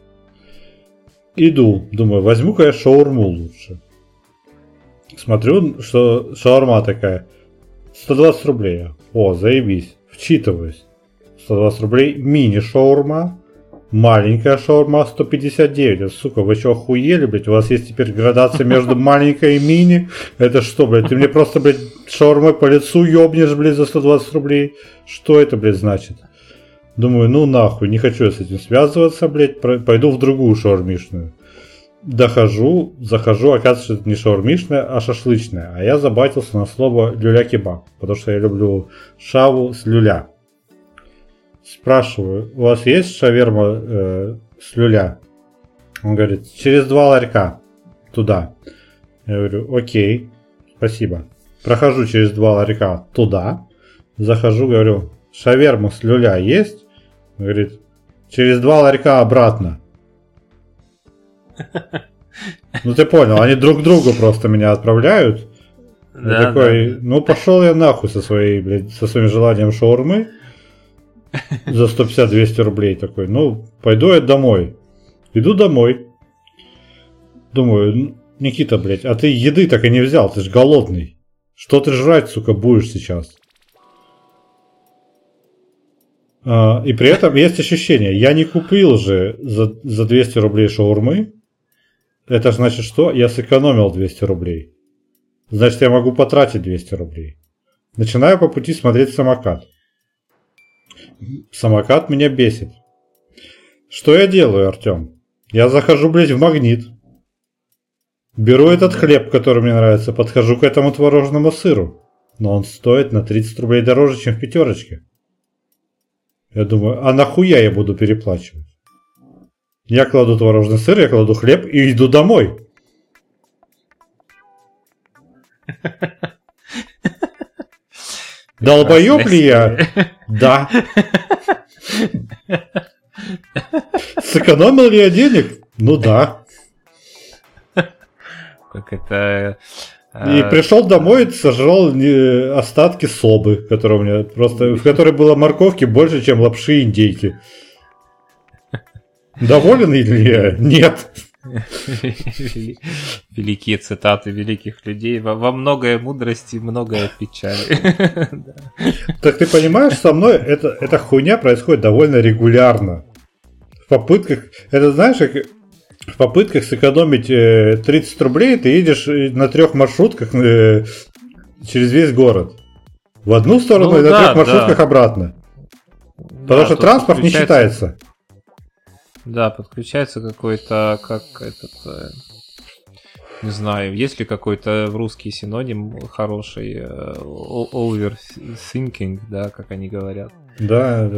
Иду, думаю, возьму-ка я шаурму лучше. Смотрю, что шаурма такая 120 рублей. О, заебись. Вчитываюсь. 120 рублей мини-шаурма. Маленькая шаурма 159. Сука, вы что, охуели, блядь? У вас есть теперь градация между маленькой и мини? Это что, блядь? Ты мне просто, блядь, шаурмой по лицу ёбнешь, блядь, за 120 рублей? Что это, блядь, значит? Думаю, ну нахуй, не хочу я с этим связываться, блядь, пойду в другую шаурмишную. Захожу, оказывается, что это не шаурмишная, а шашлычная. А я забатился на слово люля-кебаб, потому что я люблю шаву с люля. Спрашиваю, у вас есть шаверма с люля? Он говорит, через 2 ларька туда. Я говорю, окей, спасибо. Прохожу через 2 ларька туда. Захожу, говорю, шаверма с люля есть? Он говорит, через 2 ларька обратно. Ну ты понял, они друг другу просто меня отправляют. Да, я такой, да. Ну пошел я нахуй со своим желанием шаурмы за 150-200 рублей такой. Ну, пойду я домой. Иду домой. Думаю, Никита, блядь, а ты еды так и не взял, ты ж голодный. Что ты жрать, сука, будешь сейчас? И при этом есть ощущение, я не купил же за 200 рублей шаурмы. Это значит что? Я сэкономил 200 рублей. Значит, я могу потратить 200 рублей. Начинаю по пути смотреть самокат. Самокат меня бесит. Что я делаю, Артем? Я захожу, блядь, в Магнит. Беру этот хлеб, который мне нравится, подхожу к этому творожному сыру. Но он стоит на 30 рублей дороже, чем в пятерочке. Я думаю, а нахуя я буду переплачивать? Я кладу творожный сыр, я кладу хлеб и иду домой. Долбоёб ли я? Да. Сэкономил ли я денег? Ну да. Как это... И пришел домой и сожрал остатки собы, которые у меня просто, в которой было морковки больше, чем лапши индейки. Доволен ли я? Нет. Великие цитаты великих людей. Во многое мудрости, многое печали. Так ты понимаешь, со мной эта хуйня происходит довольно регулярно. В попытках, это знаешь, в попытках сэкономить 30 рублей ты едешь на 3 маршрутках через весь город. В одну сторону и на 3 маршрутках обратно. Потому что транспорт не считается. Да, подключается какой-то, как этот, не знаю, есть ли какой-то русский синоним хороший, overthinking, да, как они говорят. Да.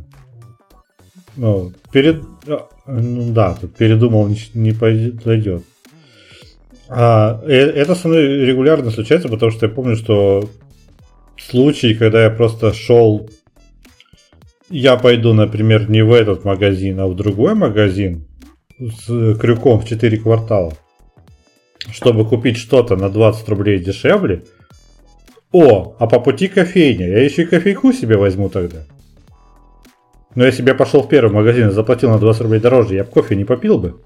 Ну, тут передумал не пойдет. Это со мной регулярно случается, потому что я помню, что случай, когда я просто шел, я пойду, например, не в этот магазин, а в другой магазин с крюком в 4 квартала, чтобы купить что-то на 20 рублей дешевле. А по пути кофейня, я еще и кофейку себе возьму тогда. Но если бы я пошел в первый магазин и заплатил на 20 рублей дороже, я бы кофе не попил бы.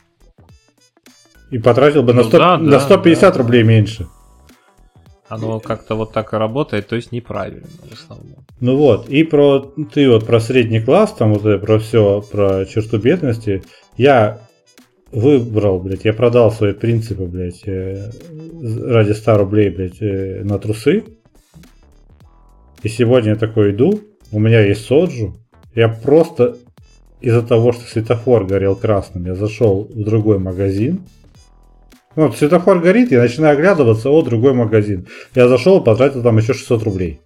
И потратил бы на 150 рублей меньше. Оно как-то вот так и работает, то есть неправильно в основном. Ну вот, и про средний класс, там вот про все, про черту бедности, я выбрал, блядь, я продал свои принципы, блядь, ради 100 рублей, блядь, на трусы. И сегодня я такой иду, у меня есть соджу, я просто из-за того, что светофор горел красным, я зашел в другой магазин. Ну, светофор горит, я начинаю оглядываться, другой магазин. Я зашел и потратил там еще 600 рублей.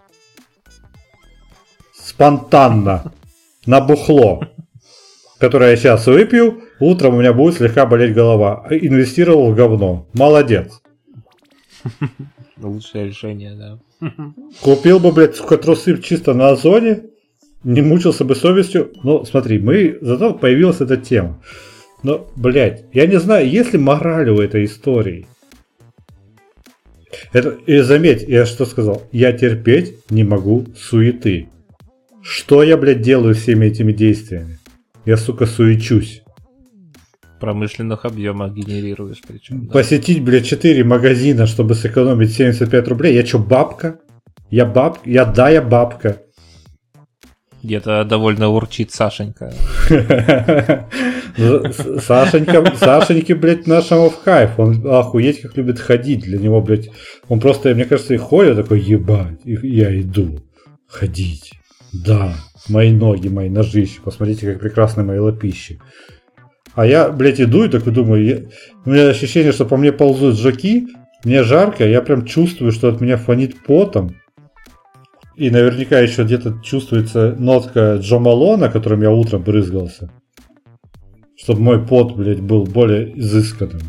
Спонтанно. На бухло. Которое я сейчас выпью, утром у меня будет слегка болеть голова. Инвестировал в говно. Молодец. Лучшее решение, да. Купил бы, блядь, трусы чисто на Озоне. Не мучился бы совестью. Ну, смотри, зато появилась эта тема. Но, блядь, я не знаю, есть ли мораль у этой истории. И заметь, я что сказал? Я терпеть не могу суеты. Что я, блядь, делаю всеми этими действиями? Я, сука, суечусь. В промышленных объемах генерируешь причем. Да. Посетить, блядь, 4 магазина, чтобы сэкономить 75 рублей. Я что, бабка? Я бабка. Где-то довольно урчит Сашенька. Сашеньке, блядь, нашему в кайф. Он охуеть как любит ходить. Для него, блядь, он просто, мне кажется, и ходит такой, ебать, я иду ходить. Да, мои ноги, мои ножища. Посмотрите, как прекрасны мои лапищи. А я, блядь, иду и такой думаю, у меня ощущение, что по мне ползут жуки, мне жарко, я прям чувствую, что от меня фонит потом. И наверняка еще где-то чувствуется нотка Джо Малона, которым я утром брызгался. Чтобы мой пот, блядь, был более изысканным.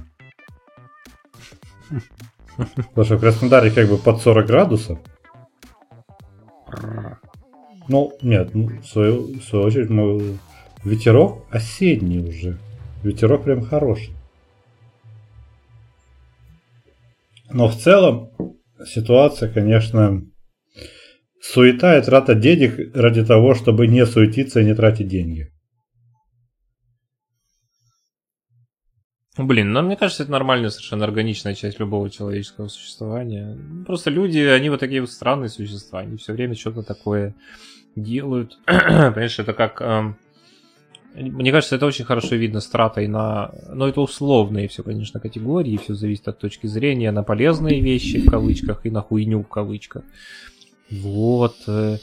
Потому что в Краснодаре как бы под 40 градусов. Ну, нет, в свою очередь, мой ветерок осенний уже. Ветерок прям хороший. Но в целом ситуация, конечно, суета и трата денег ради того, чтобы не суетиться и не тратить деньги. Блин, ну мне кажется, это нормальная, совершенно органичная часть любого человеческого существования. Просто люди, они вот такие вот странные существа, они все время что-то такое делают. Понимаешь, это как... Мне кажется, это очень хорошо видно с тратой на... Ну, это условные все, конечно, категории, все зависит от точки зрения, на полезные вещи, в кавычках, и на хуйню, в кавычках. Вот.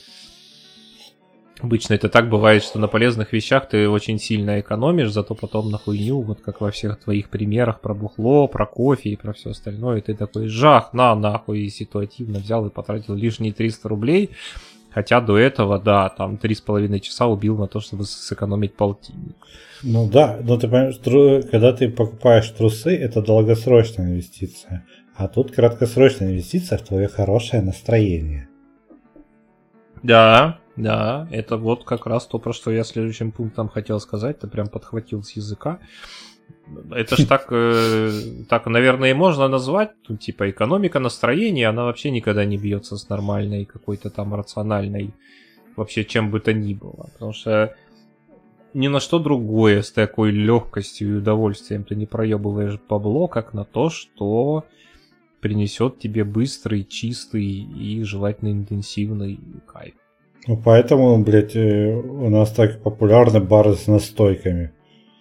Обычно это так бывает, что на полезных вещах ты очень сильно экономишь, зато потом на хуйню, вот как во всех твоих примерах про бухло, про кофе и про все остальное, ты такой жах, нахуй, и ситуативно взял и потратил лишние 300 рублей, хотя до этого, да, там 3,5 часа убил на то, чтобы сэкономить полтинник. Ну да, но ты понимаешь, когда ты покупаешь трусы, это долгосрочная инвестиция, а тут краткосрочная инвестиция в твое хорошее настроение. Да, это вот как раз то, про что я следующим пунктом хотел сказать, ты прям подхватил с языка. Это ж так, наверное, и можно назвать, тут типа экономика настроения, она вообще никогда не бьется с нормальной какой-то там рациональной, вообще чем бы то ни было, потому что ни на что другое с такой легкостью и удовольствием ты не проебываешь бабло, как на то, что принесет тебе быстрый, чистый и желательно интенсивный кайф. Ну, поэтому, блядь, у нас так популярны бары с настойками.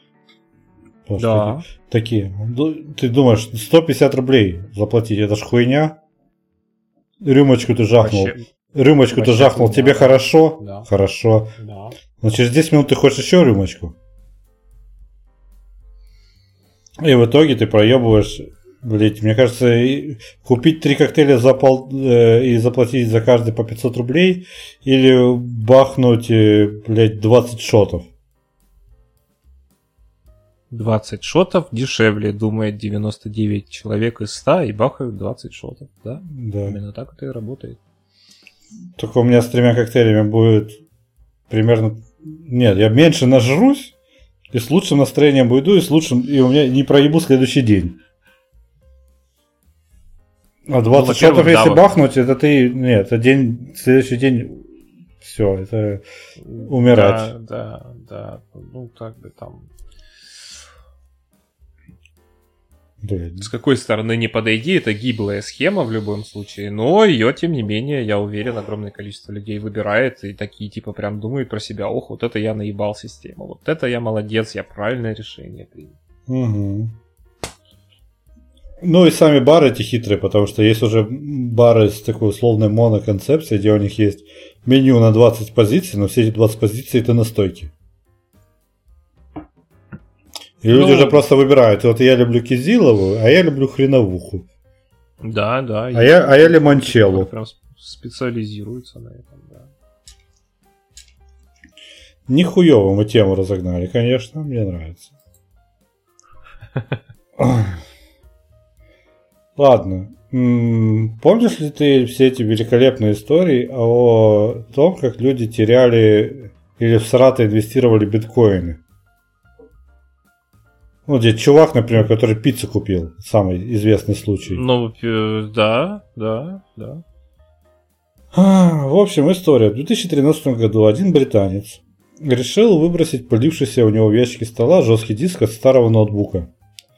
Да. Такие. Ты думаешь, 150 рублей заплатить, это ж хуйня? Рюмочку ты жахнул. Рюмочку ты жахнул, тебе да. Хорошо? Да. Хорошо. Да. Но через 10 минут ты хочешь еще рюмочку. И в итоге ты проебываешь, блядь, мне кажется, купить 3 коктейля и заплатить за каждый по 500 рублей или бахнуть, блядь, 20 шотов. 20 шотов дешевле, думает 99 человек из 100 и бахают 20 шотов, да? Да. Именно так это и работает. Только у меня с 3 коктейлями будет примерно... Нет, я меньше нажрусь, и с лучшим настроением уйду, и у меня не проебу следующий день. А 20 шотов, да, если бахнуть, это ты... Нет, это день... Следующий день... Все, это умирать. Да. Ну, так бы там... Блин. С какой стороны не подойди, это гиблая схема в любом случае, но ее, тем не менее, я уверен, огромное количество людей выбирает и такие типа прям думают про себя: ох, вот это я наебал систему, вот это я молодец, я правильное решение принял. Угу. Ну и сами бары эти хитрые, потому что есть уже бары с такой условной моноконцепцией, где у них есть меню на 20 позиций, но все эти 20 позиций это настойки. И люди уже просто выбирают. Вот я люблю кизилову, а я люблю хреновуху. Да. А я лимончеллу. Прям специализируются на этом, да. Нихуёво мы тему разогнали, конечно, мне нравится. Ладно. Помнишь ли ты все эти великолепные истории о том, как люди теряли или в Сарата инвестировали биткоины? Ну, где чувак, например, который пиццу купил. Самый известный случай. Ну, да. В общем, история. В 2013 году один британец решил выбросить пылившийся у него в ящике стола жесткий диск от старого ноутбука.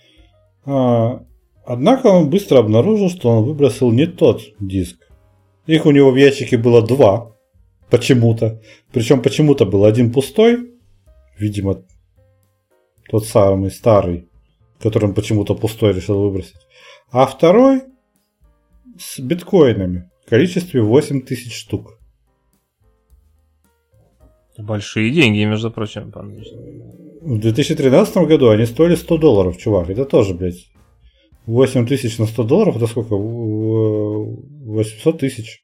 Однако он быстро обнаружил, что он выбросил не тот диск. Их у него в ящике было 2. Почему-то. Причем почему-то был один пустой. Видимо, тот самый старый, который он почему-то пустой решил выбросить. А второй с биткоинами в количестве 8000 штук. Большие деньги, между прочим. В 2013 году они стоили $100, чувак. Это тоже, блядь, 8 тысяч на $100, это сколько? 800 тысяч.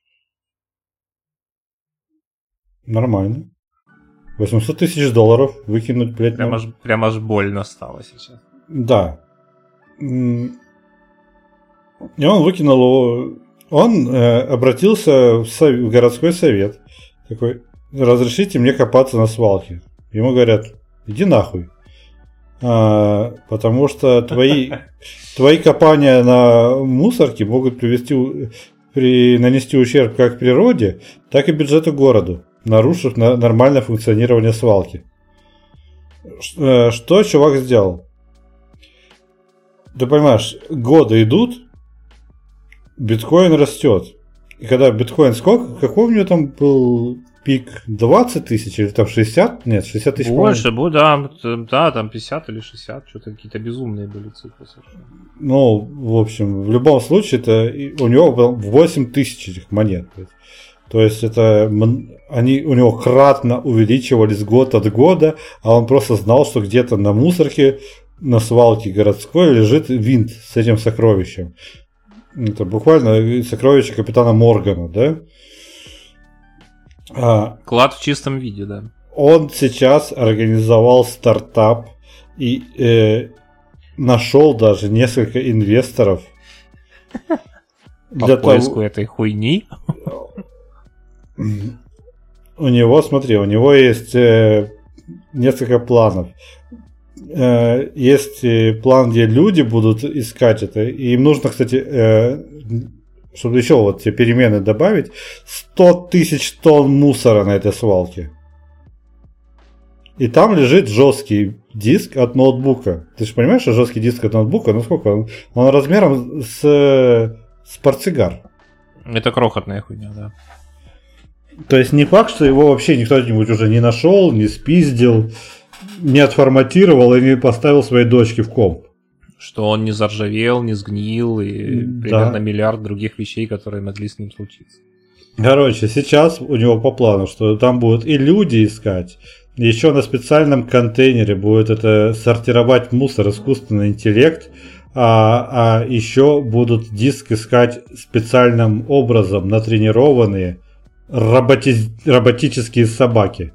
Нормально. 800 тысяч долларов выкинуть, блядь. Прям аж больно стало сейчас. Да. И он выкинул его. Он обратился в городской совет. Такой: разрешите мне копаться на свалке. Ему говорят: иди нахуй. Потому что твои копания на мусорке могут нанести ущерб как природе, так и бюджету города, нарушив нормальное функционирование свалки. Что чувак сделал? Ты понимаешь, годы идут, биткоин растет. И когда биткоин сколько? Какой у него там был пик? 20 тысяч или там 60? Нет, 60 тысяч. Больше, да, там 50 или 60, что-то какие-то безумные были цифры совершенно. Ну, в общем, в любом случае, это у него было 8 тысяч этих монет. То есть это они у него кратно увеличивались год от года, а он просто знал, что где-то на мусорке, на свалке городской лежит винт с этим сокровищем. Это буквально сокровище капитана Моргана, да? Клад в чистом виде, да. Он сейчас организовал стартап и нашел даже несколько инвесторов. По поиску этой хуйни. У него, смотри, у него есть несколько планов. Есть план, где люди будут искать это. И им нужно, кстати, чтобы еще вот те перемены добавить, 100 тысяч тонн мусора на этой свалке. И там лежит жесткий диск от ноутбука. Ты же понимаешь, что жесткий диск от ноутбука, ну сколько? Он размером с портсигар. Это крохотная хуйня, да. То есть не факт, что его вообще никто-нибудь уже не нашел, не спиздил, не отформатировал и не поставил своей дочке в комп. Что он не заржавел, не сгнил и примерно миллиард других вещей, которые могли с ним случиться. Короче, сейчас у него по плану, что там будут и люди искать, еще на специальном контейнере будет это сортировать мусор искусственный интеллект, а еще будут диск искать специальным образом натренированные роботические собаки.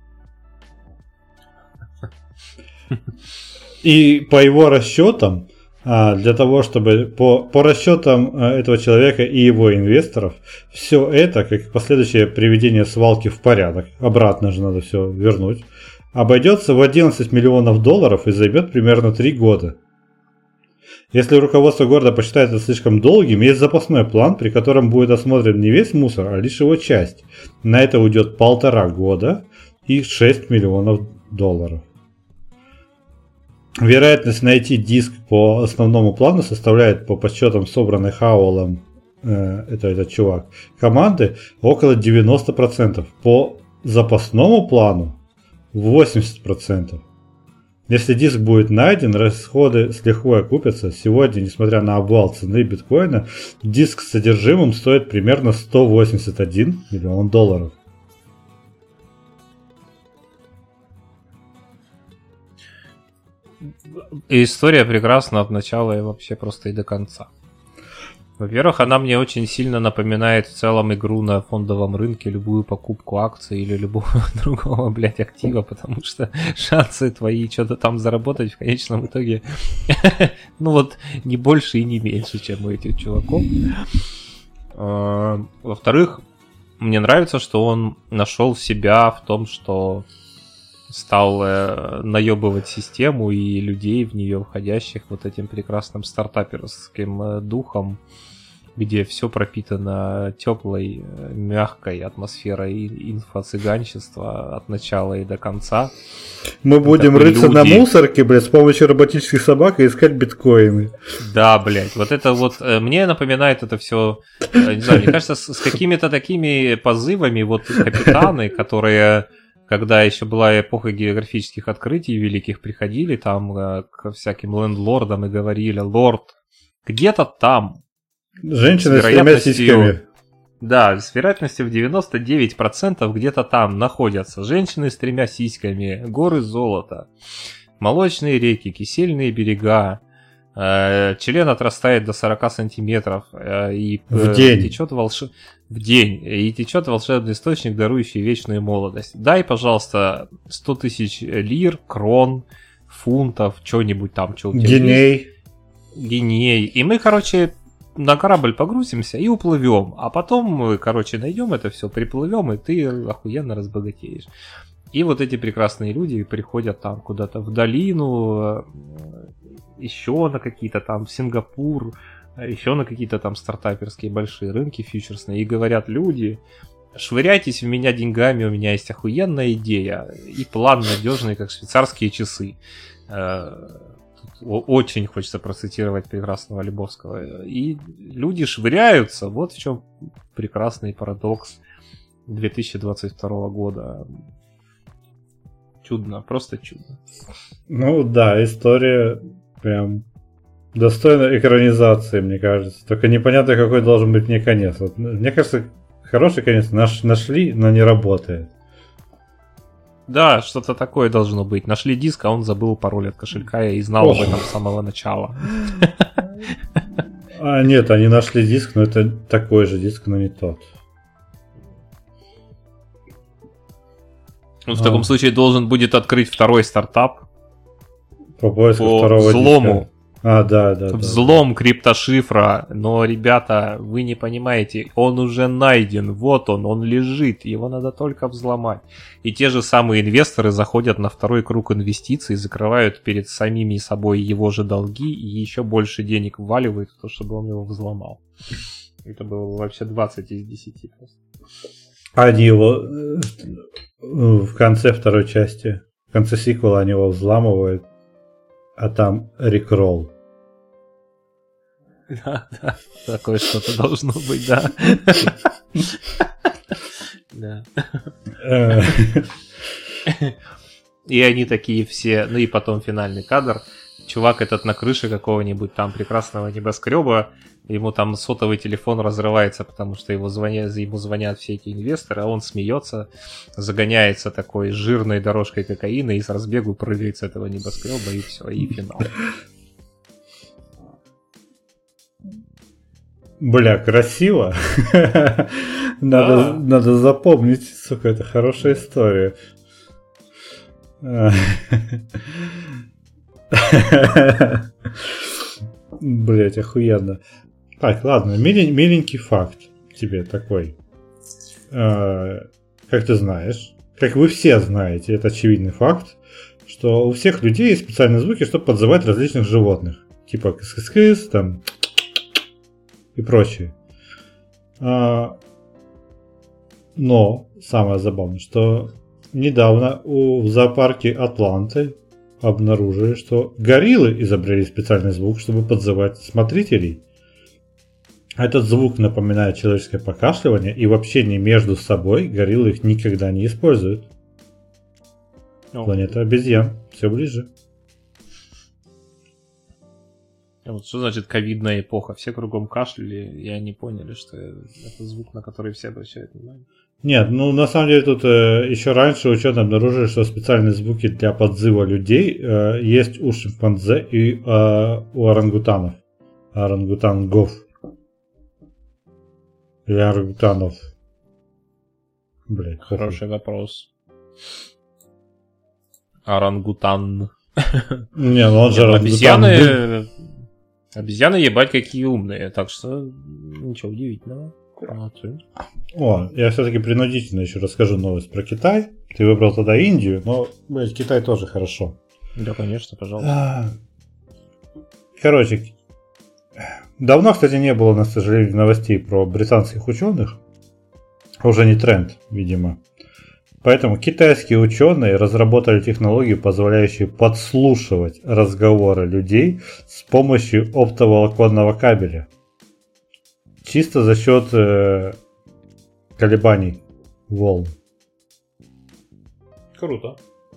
И по его расчетам, для того, чтобы по расчетам этого человека и его инвесторов, все это, как последующее приведение свалки в порядок, обратно же надо все вернуть, обойдется в $11 миллионов и займет примерно 3 года. Если руководство города посчитает это слишком долгим, есть запасной план, при котором будет осмотрен не весь мусор, а лишь его часть. На это уйдет 1,5 года и $6 миллионов. Вероятность найти диск по основному плану составляет, по подсчетам, собранных Хауэллом, этот чувак, команды, около 90%. По запасному плану 80%. Если диск будет найден, расходы с лихвой окупятся. Сегодня, несмотря на обвал цены биткоина, диск с содержимым стоит примерно $181 миллион. И история прекрасна от начала и вообще просто и до конца. Во-первых, она мне очень сильно напоминает в целом игру на фондовом рынке, любую покупку акций или любого другого, блядь, актива, потому что шансы твои что-то там заработать в конечном итоге, ну вот, не больше и не меньше, чем у этих чуваков. Во-вторых, мне нравится, что он нашел себя в том, что стал наебывать систему и людей в нее входящих вот этим прекрасным стартаперским духом, где все пропитано теплой, мягкой атмосферой инфо-цыганчества от начала и до конца. Мы будем рыться на мусорке, блядь, с помощью роботических собак и искать биткоины. Да, блядь, вот это вот, мне напоминает это все, не знаю, мне кажется, с какими-то такими позывами, вот капитаны, которые... Когда еще была эпоха географических открытий великих, приходили там к всяким лендлордам и говорили: лорд, где-то там. Женщина с 3 сиськами. Да, с вероятностью в 99% где-то там находятся женщины с 3 сиськами, горы золота, молочные реки, кисельные берега, член отрастает до 40 сантиметров и в день. течет в день, и течет волшебный источник, дарующий вечную молодость. Дай, пожалуйста, 100 тысяч лир, крон, фунтов, что-нибудь там. Геней. Геней. И мы, короче, на корабль погрузимся и уплывем. А потом мы, короче, найдем это все, приплывем, и ты охуенно разбогатеешь. И вот эти прекрасные люди приходят там куда-то в долину, еще на какие-то там в Сингапур, еще на какие-то там стартаперские большие рынки фьючерсные, и говорят: люди, швыряйтесь в меня деньгами, у меня есть охуенная идея и план надежный, как швейцарские часы. Очень хочется процитировать прекрасного Лебовского. И люди швыряются. Вот в чем прекрасный парадокс 2022 года. Чудно, просто чудно. Ну да, история прям достойна экранизации, мне кажется. Только непонятно, какой должен быть мне конец. Вот, мне кажется, хороший конец нашли, но не работает. Да, что-то такое должно быть. Нашли диск, а он забыл пароль от кошелька и знал об этом с самого начала. А нет, они нашли диск, но это такой же диск, но не тот. В таком случае должен будет открыть второй стартап по поиску по второго взлому. диска. Да. Взлом криптошифра. Но, ребята, вы не понимаете, он уже найден. Вот он лежит. Его надо только взломать. И те же самые инвесторы заходят на второй круг инвестиций, закрывают перед самими собой его же долги и еще больше денег вваливают в то, чтобы он его взломал. Это было вообще 20 из 10 просто. Они его в конце второй части, в конце сиквела они его взламывают, а там рекролл. Да, такое что-то должно быть, да. Да. И они такие все, ну и потом финальный кадр. Чувак этот на крыше какого-нибудь там прекрасного небоскреба, ему там сотовый телефон разрывается, потому что ему звонят все эти инвесторы, а он смеется, загоняется такой жирной дорожкой кокаина и с разбегу прыгает с этого небоскреба, и все, и финал. Бля, красиво. Надо запомнить, сука, это хорошая история. Блять, охуенно. Так, ладно, миленький факт тебе такой. Как ты знаешь, как вы все знаете, это очевидный факт, что у всех людей есть специальные звуки, чтобы подзывать различных животных. Типа кыс-кыс-кыс, там и прочее. Но самое забавное, что недавно в зоопарке Атланты обнаружили, что гориллы изобрели специальный звук, чтобы подзывать смотрителей. Этот звук напоминает человеческое покашливание, и в общении между собой гориллы их никогда не используют. Планета обезьян. Все ближе. Вот что значит ковидная эпоха? Все кругом кашляли, и они поняли, что это звук, на который все обращают внимание. Нет, ну на самом деле тут еще раньше ученые обнаружили, что специальные звуки для подзыва людей есть у шимпанзе и у орангутанов. Орангутангов. Или орангутанов. Блять, хороший вопрос. Орангутан. Не, ну он же орангутан. Обезьяны ебать какие умные, так что ничего удивительного. О, я все-таки принудительно еще расскажу новость про Китай. Ты выбрал тогда Индию, но, блядь, Китай тоже хорошо. Да, конечно, пожалуйста. Короче, давно, кстати, не было, на сожалению, новостей про британских ученых. Уже не тренд, видимо. Поэтому китайские ученые разработали технологию, позволяющую подслушивать разговоры людей с помощью оптоволоконного кабеля. Чисто за счет колебаний волн. Круто.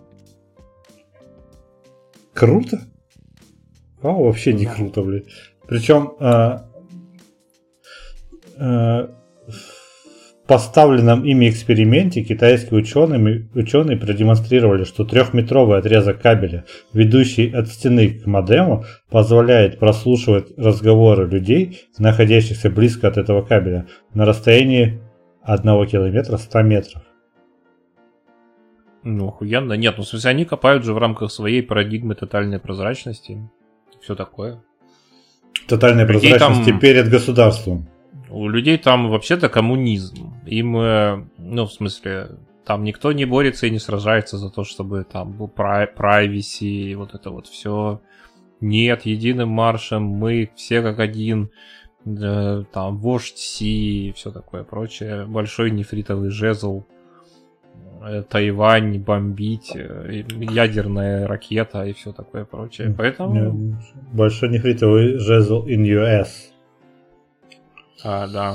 Круто? Вообще не круто, блядь. Причем поставленном ими эксперименте китайские ученые продемонстрировали, что 3-метровый отрезок кабеля, ведущий от стены к модему, позволяет прослушивать разговоры людей, находящихся близко от этого кабеля, на расстоянии 1 километра 100 метров. Ну, охуенно. Нет, ну, в смысле, они копают же в рамках своей парадигмы тотальной прозрачности. Все такое. Тотальной прозрачности там... перед государством. У людей там вообще-то коммунизм. Им, ну, в смысле, там никто не борется и не сражается за то, чтобы там был privacy и вот это вот все. Нет, единым маршем мы все как один. Там вождь Си и все такое прочее. Большой нефритовый жезл. Тайвань бомбить, ядерная ракета и все такое прочее. Поэтому... Большой нефритовый жезл in US. Да.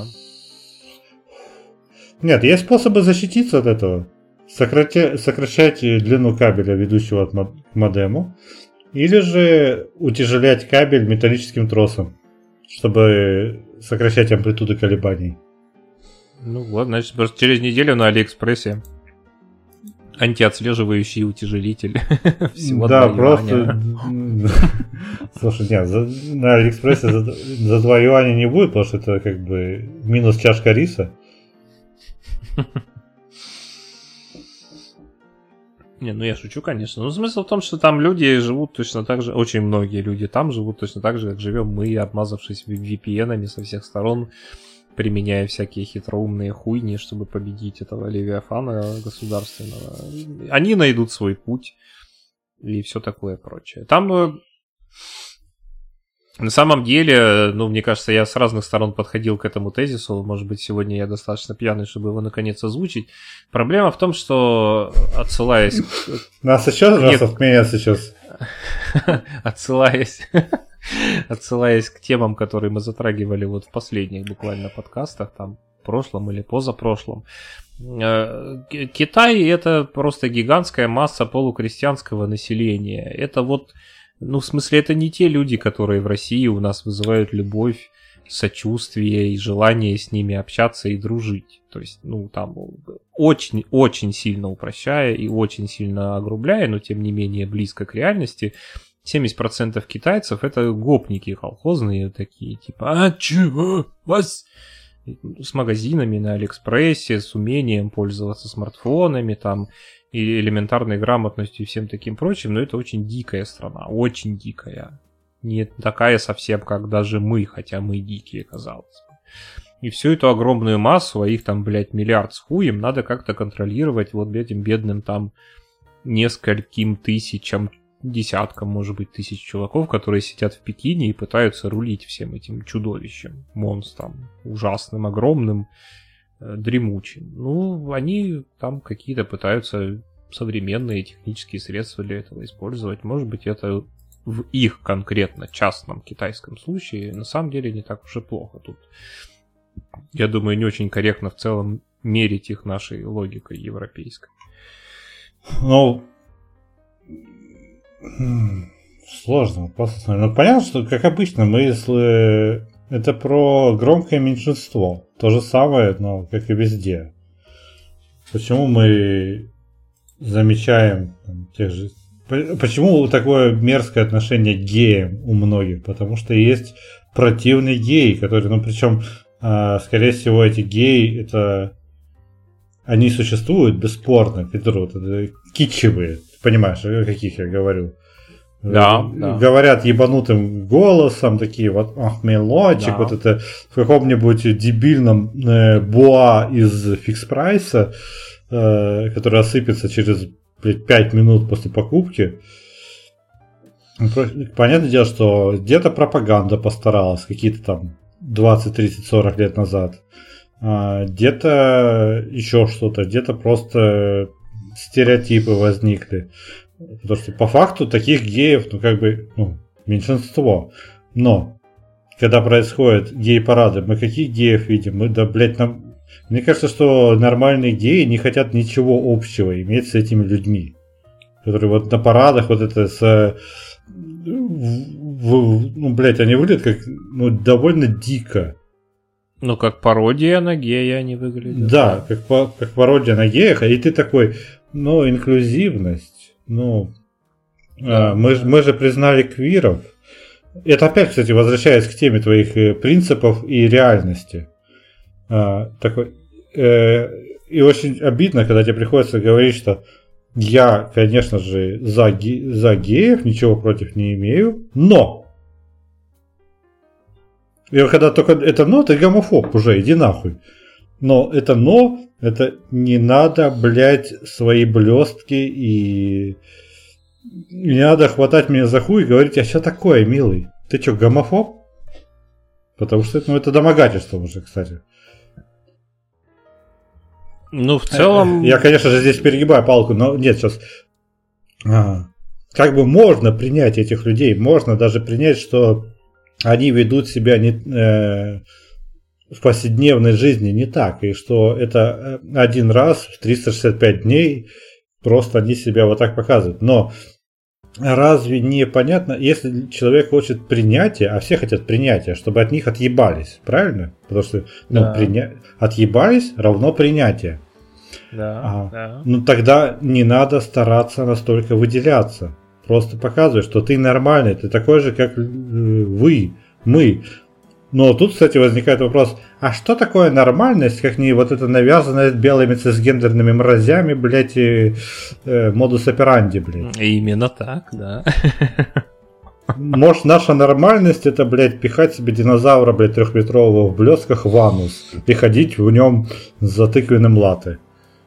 Нет, есть способы защититься от этого. Сокращать длину кабеля, ведущего к модему, или же утяжелять кабель металлическим тросом, чтобы сокращать амплитуду колебаний. Ну вот, значит, просто через неделю на Алиэкспрессе антиотслеживающий утяжелитель всего. Да, просто... Слушай, нет, на Алиэкспрессе за 2 юаня не будет, потому что это как бы минус чашка риса. Не, ну я шучу, конечно. Но смысл в том, что там люди живут точно так же, очень многие люди там живут точно так же, как живем мы, обмазавшись VPN-ами со всех сторон, применяя всякие хитроумные хуйни, чтобы победить этого левиафана государственного. Они найдут свой путь и все такое прочее. Там на самом деле, ну, мне кажется, я с разных сторон подходил к этому тезису. Может быть, сегодня я достаточно пьяный, чтобы его наконец озвучить. Проблема в том, что, отсылаясь... Нас еще раз отменят сейчас. Отсылаясь к темам, которые мы затрагивали вот в последних буквально подкастах, там, в прошлом или позапрошлом. Китай — это просто гигантская масса полукрестьянского населения. Это вот, ну, в смысле, это не те люди, которые в России у нас вызывают любовь, сочувствие и желание с ними общаться и дружить. То есть, ну, там, очень сильно упрощая и очень сильно огрубляя, но, тем не менее, близко к реальности, 70% китайцев — это гопники колхозные такие, типа, а чего? Вас? С магазинами на Алиэкспрессе, с умением пользоваться смартфонами, там, и элементарной грамотностью и всем таким прочим, но это очень дикая страна, очень дикая. Не такая совсем, как даже мы, хотя мы дикие, казалось бы. И всю эту огромную массу, а их там, блядь, миллиард с хуем, надо как-то контролировать вот этим бедным там нескольким тысячам, десяткам, может быть, тысяч чуваков, которые сидят в Пекине и пытаются рулить всем этим чудовищем, монстром, ужасным, огромным, дремучим. Ну, они там какие-то пытаются современные технические средства для этого использовать. Может быть, это в их конкретно частном китайском случае на самом деле не так уж и плохо. Тут, я думаю, не очень корректно в целом мерить их нашей логикой европейской. Ну, сложно вопрос. Ну, понятно, что, как обычно, это про громкое меньшинство. То же самое, но как и везде. Почему мы замечаем тех же... Почему такое мерзкое отношение к геям у многих? Потому что есть противные геи, которые, ну, причем, скорее всего, эти геи, это... Они существуют, бесспорно, Петру, это китчевые. Ты понимаешь, о каких я говорю? Да. Говорят ебанутым голосом, такие вот, мелочек, да. Вот это в каком-нибудь дебильном боа из фикс-прайса, который осыпется через 5 минут после покупки. Понятное дело, что где-то пропаганда постаралась, какие-то там 20, 30, 40 лет назад. Где-то еще что-то, где-то просто стереотипы возникли. Потому что по факту таких геев, меньшинство. Но когда происходят гей-парады, мы каких геев видим? Мне кажется, что нормальные геи не хотят ничего общего иметь с этими людьми. Которые вот на парадах вот это они выглядят как довольно дико. Ну, как пародия на гея они выглядят. Да, как пародия на геях, и ты такой, ну, инклюзивность, ну, Да, мы же признали квиров. Это опять, кстати, возвращаясь к теме твоих принципов и реальности. Такой, и очень обидно, когда тебе приходится говорить, что я, конечно же, за геев, ничего против не имею, но... И когда только это «но», ты гомофоб уже, иди нахуй. Но это не надо, блядь, свои блестки и... Не надо хватать меня за хуй и говорить, а что такое, милый? Ты что, гомофоб? Потому что это домогательство уже, кстати. Ну, в целом... Я, конечно же, здесь перегибаю палку, но нет, сейчас... Как бы можно принять этих людей, можно даже принять, что они ведут себя в повседневной жизни не так, и что это один раз в 365 дней просто они себя вот так показывают. Но разве не понятно, если человек хочет принятия, а все хотят принятия, чтобы от них отъебались, правильно? Потому что отъебались равно принятие. Да. Ну тогда не надо стараться настолько выделяться. Просто показывай, что ты нормальный, ты такой же, как мы. Но тут, кстати, возникает вопрос, а что такое нормальность, как не вот эта навязанность белыми цисгендерными мразями, блядь, модус операнди, блядь. Именно так, да. Может, наша нормальность это, блядь, пихать себе динозавра, блядь, 3-метрового в блесках в анус и ходить в нем с затыканным латте.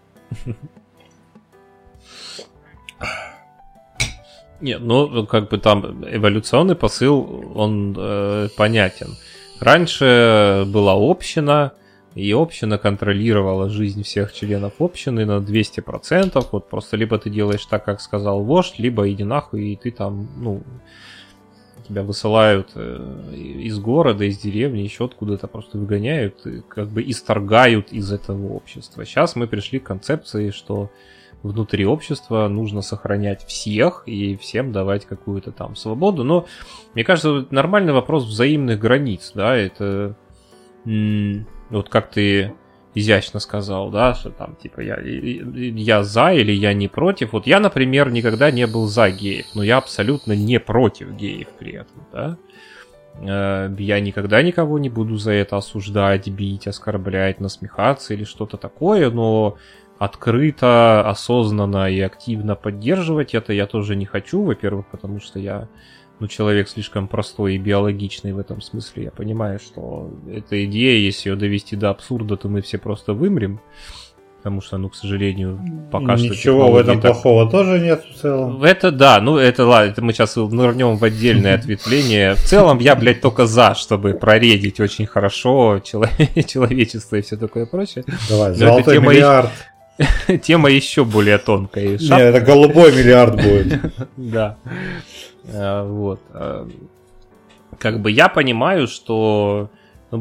Нет, ну, как бы там эволюционный посыл, он понятен. Раньше была община, и община контролировала жизнь всех членов общины на 200%. Вот просто либо ты делаешь так, как сказал вождь, либо иди нахуй, и ты там, ну, тебя высылают из города, из деревни, еще откуда-то просто выгоняют, и как бы исторгают из этого общества. Сейчас мы пришли к концепции, что внутри общества нужно сохранять всех и всем давать какую-то там свободу. Но мне кажется, нормальный вопрос взаимных границ, да, это вот как ты изящно сказал, да, что там типа я за или я не против. Вот я, например, никогда не был за геев, но я абсолютно не против геев при этом, да. Я никогда никого не буду за это осуждать, бить, оскорблять, насмехаться или что-то такое, но открыто, осознанно и активно поддерживать это я тоже не хочу. Во-первых, потому что я, человек слишком простой и биологичный в этом смысле. Я понимаю, что эта идея, если ее довести до абсурда, то мы все просто вымрем. Потому что, к сожалению, пока что... Ничего в этом плохого тоже нет в целом. Это да, это ладно, это мы сейчас нырнем в отдельное ответвление. В целом я, блядь, только за, чтобы проредить очень хорошо человечество и все такое прочее. Давай, золотой миллиард. Тема еще более тонкая. Не, это голубой миллиард будет. Да. Вот. Как бы я понимаю, что,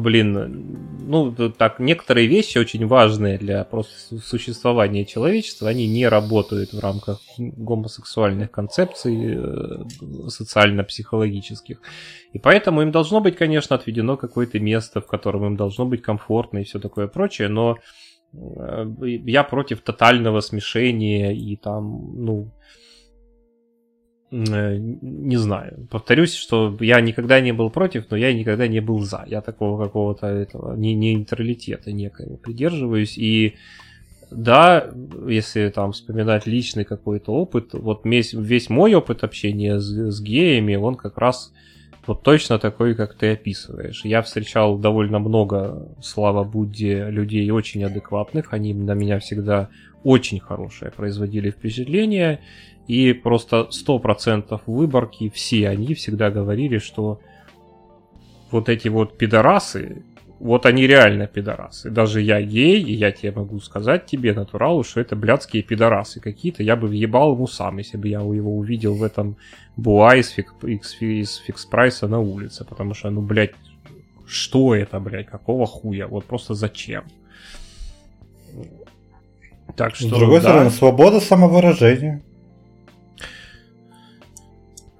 так, некоторые вещи очень важные для просто существования человечества, они не работают в рамках гомосексуальных концепций социально-психологических. И поэтому им должно быть, конечно, отведено какое-то место, в котором им должно быть комфортно и все такое прочее, но я против тотального смешения и там, не знаю. Повторюсь, что я никогда не был против, но я никогда не был за. Я такого какого-то этого нейтралитета некого придерживаюсь. И да, если там вспоминать личный какой-то опыт, вот весь мой опыт общения с геями, он как раз вот точно такой, как ты описываешь. Я встречал довольно много, слава Будде, людей очень адекватных. Они на меня всегда очень хорошее производили впечатление. И просто 100% выборки, все они всегда говорили, что вот эти вот пидорасы, вот они реально пидорасы. Даже я гей, и я тебе могу сказать тебе, натуралу, что это блядские пидорасы какие-то. Я бы въебал ему сам, если бы я его увидел в этом буа из фикс-прайса на улице. Потому что, блядь, что это, блядь, какого хуя? Вот просто зачем? Так что, с другой стороны, свобода самовыражения.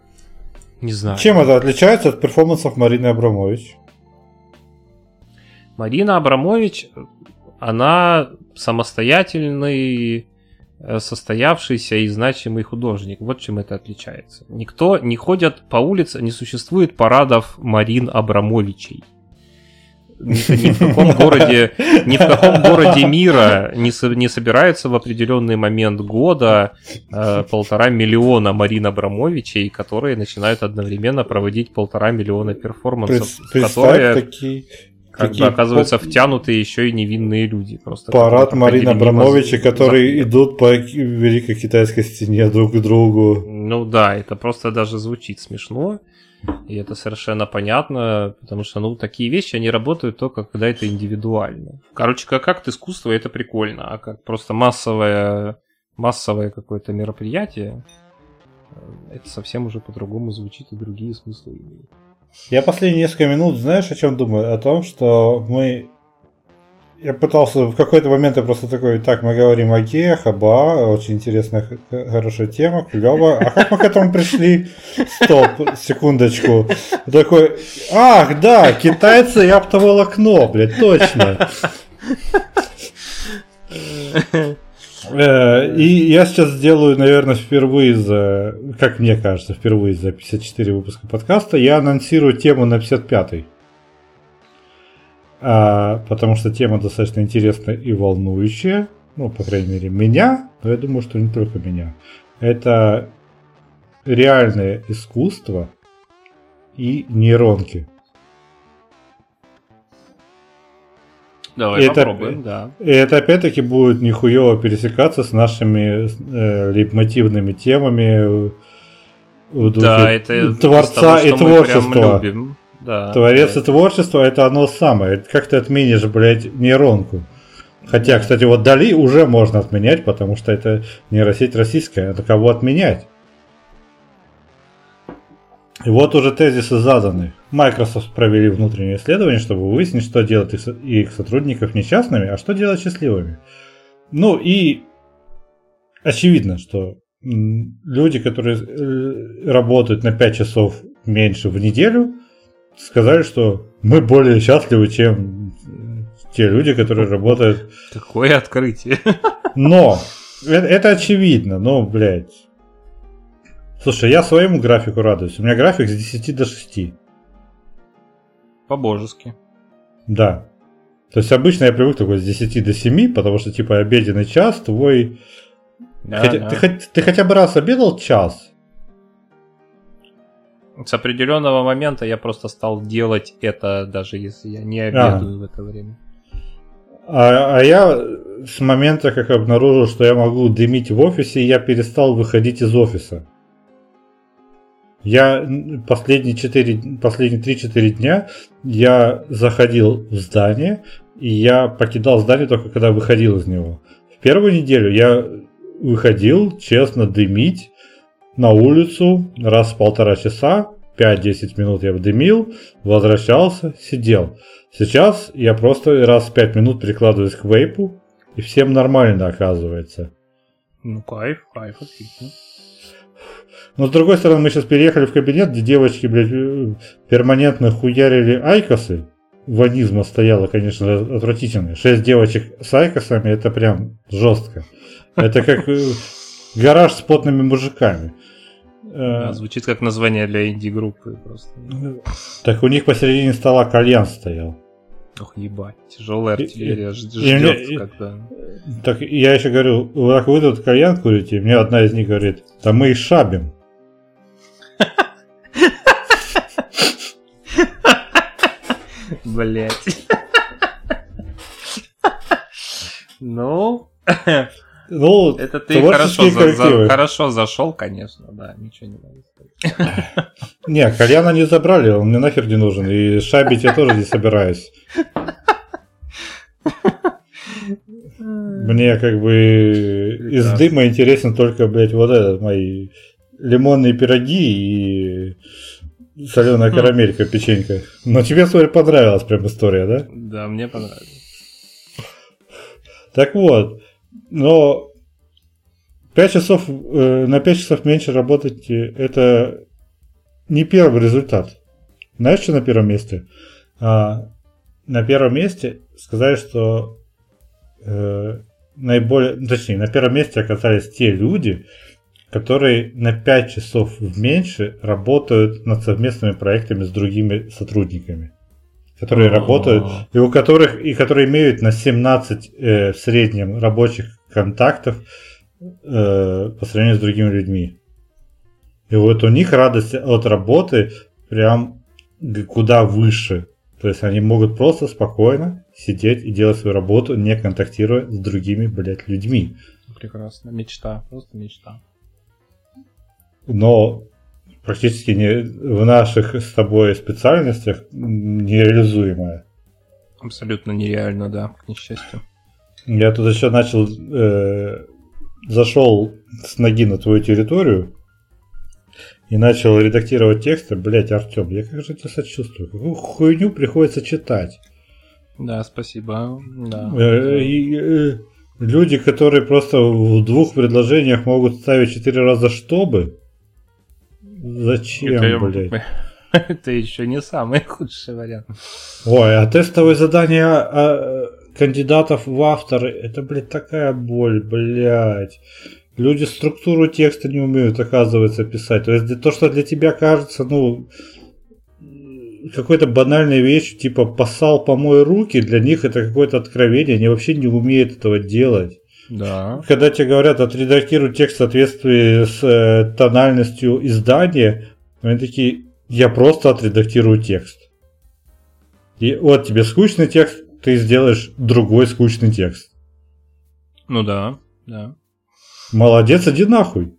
Не знаю. Чем это отличается от перформансов Марины Абрамович? Марина Абрамович, она самостоятельный, состоявшийся и значимый художник. Вот чем это отличается. Никто не ходит по улице, не существует парадов Марин Абрамовичей. Ни в каком городе мира не собираются в определенный момент года 1,5 миллиона Марин Абрамовичей, которые начинают одновременно проводить 1,5 миллиона перформансов, в которые как бы оказываются втянуты еще и невинные люди. Просто парад Марин Абрамовичей, которые идут по Великой Китайской стене друг к другу. Ну да, это просто даже звучит смешно. И это совершенно понятно, потому что, такие вещи, они работают только когда это индивидуально. Короче, как акт искусства это прикольно, а как просто массовое какое-то мероприятие, это совсем уже по-другому звучит и другие смыслы имеет. Я последние несколько минут, знаешь, о чем думаю? О том, что я пытался в какой-то момент, я просто такой, так, мы говорим о геях, об АА, очень интересная, хорошая тема, клево. А как мы к этому пришли? Стоп, секундочку. Такой, ах, да, китайцы и оптоволокно, блядь, точно. И я сейчас сделаю, наверное, впервые как мне кажется, впервые за 54 выпуска подкаста, я анонсирую тему на 55-й. Потому что тема достаточно интересная и волнующая, по крайней мере, меня, но я думаю, что не только меня. Это реальное искусство и нейронки. Давай попробуем, да. И это опять-таки будет нихуево пересекаться с нашими лейтмотивными темами в духе творца и творчества. Да, Творец и творчество это оно самое. Как ты отменишь, блядь, нейронку? Хотя, кстати, вот Дали уже можно отменять, потому что это нейросеть российская. Это кого отменять? И вот уже тезисы заданы. Microsoft провели внутреннее исследование, чтобы выяснить, что делать их сотрудников несчастными, а что делать счастливыми. И очевидно, что люди, которые работают на 5 часов меньше в неделю, сказали, что мы более счастливы, чем те люди, которые работают... Какое открытие. Но, это очевидно, блядь. Слушай, я своему графику радуюсь. У меня график с 10 до 6. По-божески. Да. То есть обычно я привык такой с 10 до 7, потому что типа обеденный час твой... Да, Ты хотя бы раз обедал час? С определенного момента я просто стал делать это, даже если я не обедаю в это время. А я с момента, как обнаружил, что я могу дымить в офисе, я перестал выходить из офиса. Я последние 3-4 дня я заходил в здание, и я покидал здание только когда выходил из него. В первую неделю я выходил, честно, дымить на улицу раз в 1,5 часа, 5-10 минут я дымил, возвращался, сидел. Сейчас я просто раз в 5 минут прикладываюсь к вейпу, и всем нормально оказывается. Кайф, отлично. Но с другой стороны, мы сейчас переехали в кабинет, где девочки, блядь, перманентно хуярили айкосы. Ванизма стояла, конечно, отвратительная. 6 девочек с айкосами, это прям жестко. Это как гараж с потными мужиками. Звучит как название для инди-группы просто. Так у них посередине стола кальян стоял. Ох, ебать, тяжелая артиллерия ждет, когда... Так я еще говорю, вы тут кальян курите? И мне одна из них говорит, да мы и шабим. Блять. Это ты хорошо зашел, конечно, да, ничего не могу сказать. Не, кальяна не забрали, он мне нахер не нужен, и шабить я тоже не собираюсь. Мне как бы из дыма интересен только, блядь, вот этот, мои лимонные пироги и соленая карамелька, печенька. Но тебе, смотри, понравилась прям история, да? Да, мне понравилось. Так вот, но 5 часов, на 5 часов меньше работать, это не первый результат. Знаешь, что на первом месте? на первом месте сказать, что на первом месте оказались те люди, которые на 5 часов меньше работают над совместными проектами с другими сотрудниками. Которые работают, которые имеют на 17 в среднем рабочих контактов по сравнению с другими людьми. И вот у них радость от работы прям куда выше. То есть они могут просто спокойно сидеть и делать свою работу, не контактируя с другими, людьми. Прекрасно. Мечта. Просто мечта. Но практически не в наших с тобой специальностях нереализуемая. Абсолютно нереально, да, к несчастью. Я тут еще зашел с ноги на твою территорию и начал редактировать тексты. Блять, Артем, я как же тебя сочувствую. Какую хуйню приходится читать. Да, спасибо. Да. Люди, которые просто в 2 предложениях могут ставить 4 раза чтобы. Зачем, блядь? Это еще не самый худший вариант. Ой, а тестовые задания кандидатов в авторы, это, блядь, такая боль, блядь. Люди структуру текста не умеют, оказывается, писать. То есть то, что для тебя кажется, какой-то банальной вещью, типа «поссал, помой руки», для них это какое-то откровение, они вообще не умеют этого делать. Да. Когда тебе говорят, отредактируй текст в соответствии с тональностью издания, они такие, я просто отредактирую текст. И вот тебе скучный текст, ты сделаешь другой скучный текст. Ну да, да. Молодец, иди нахуй.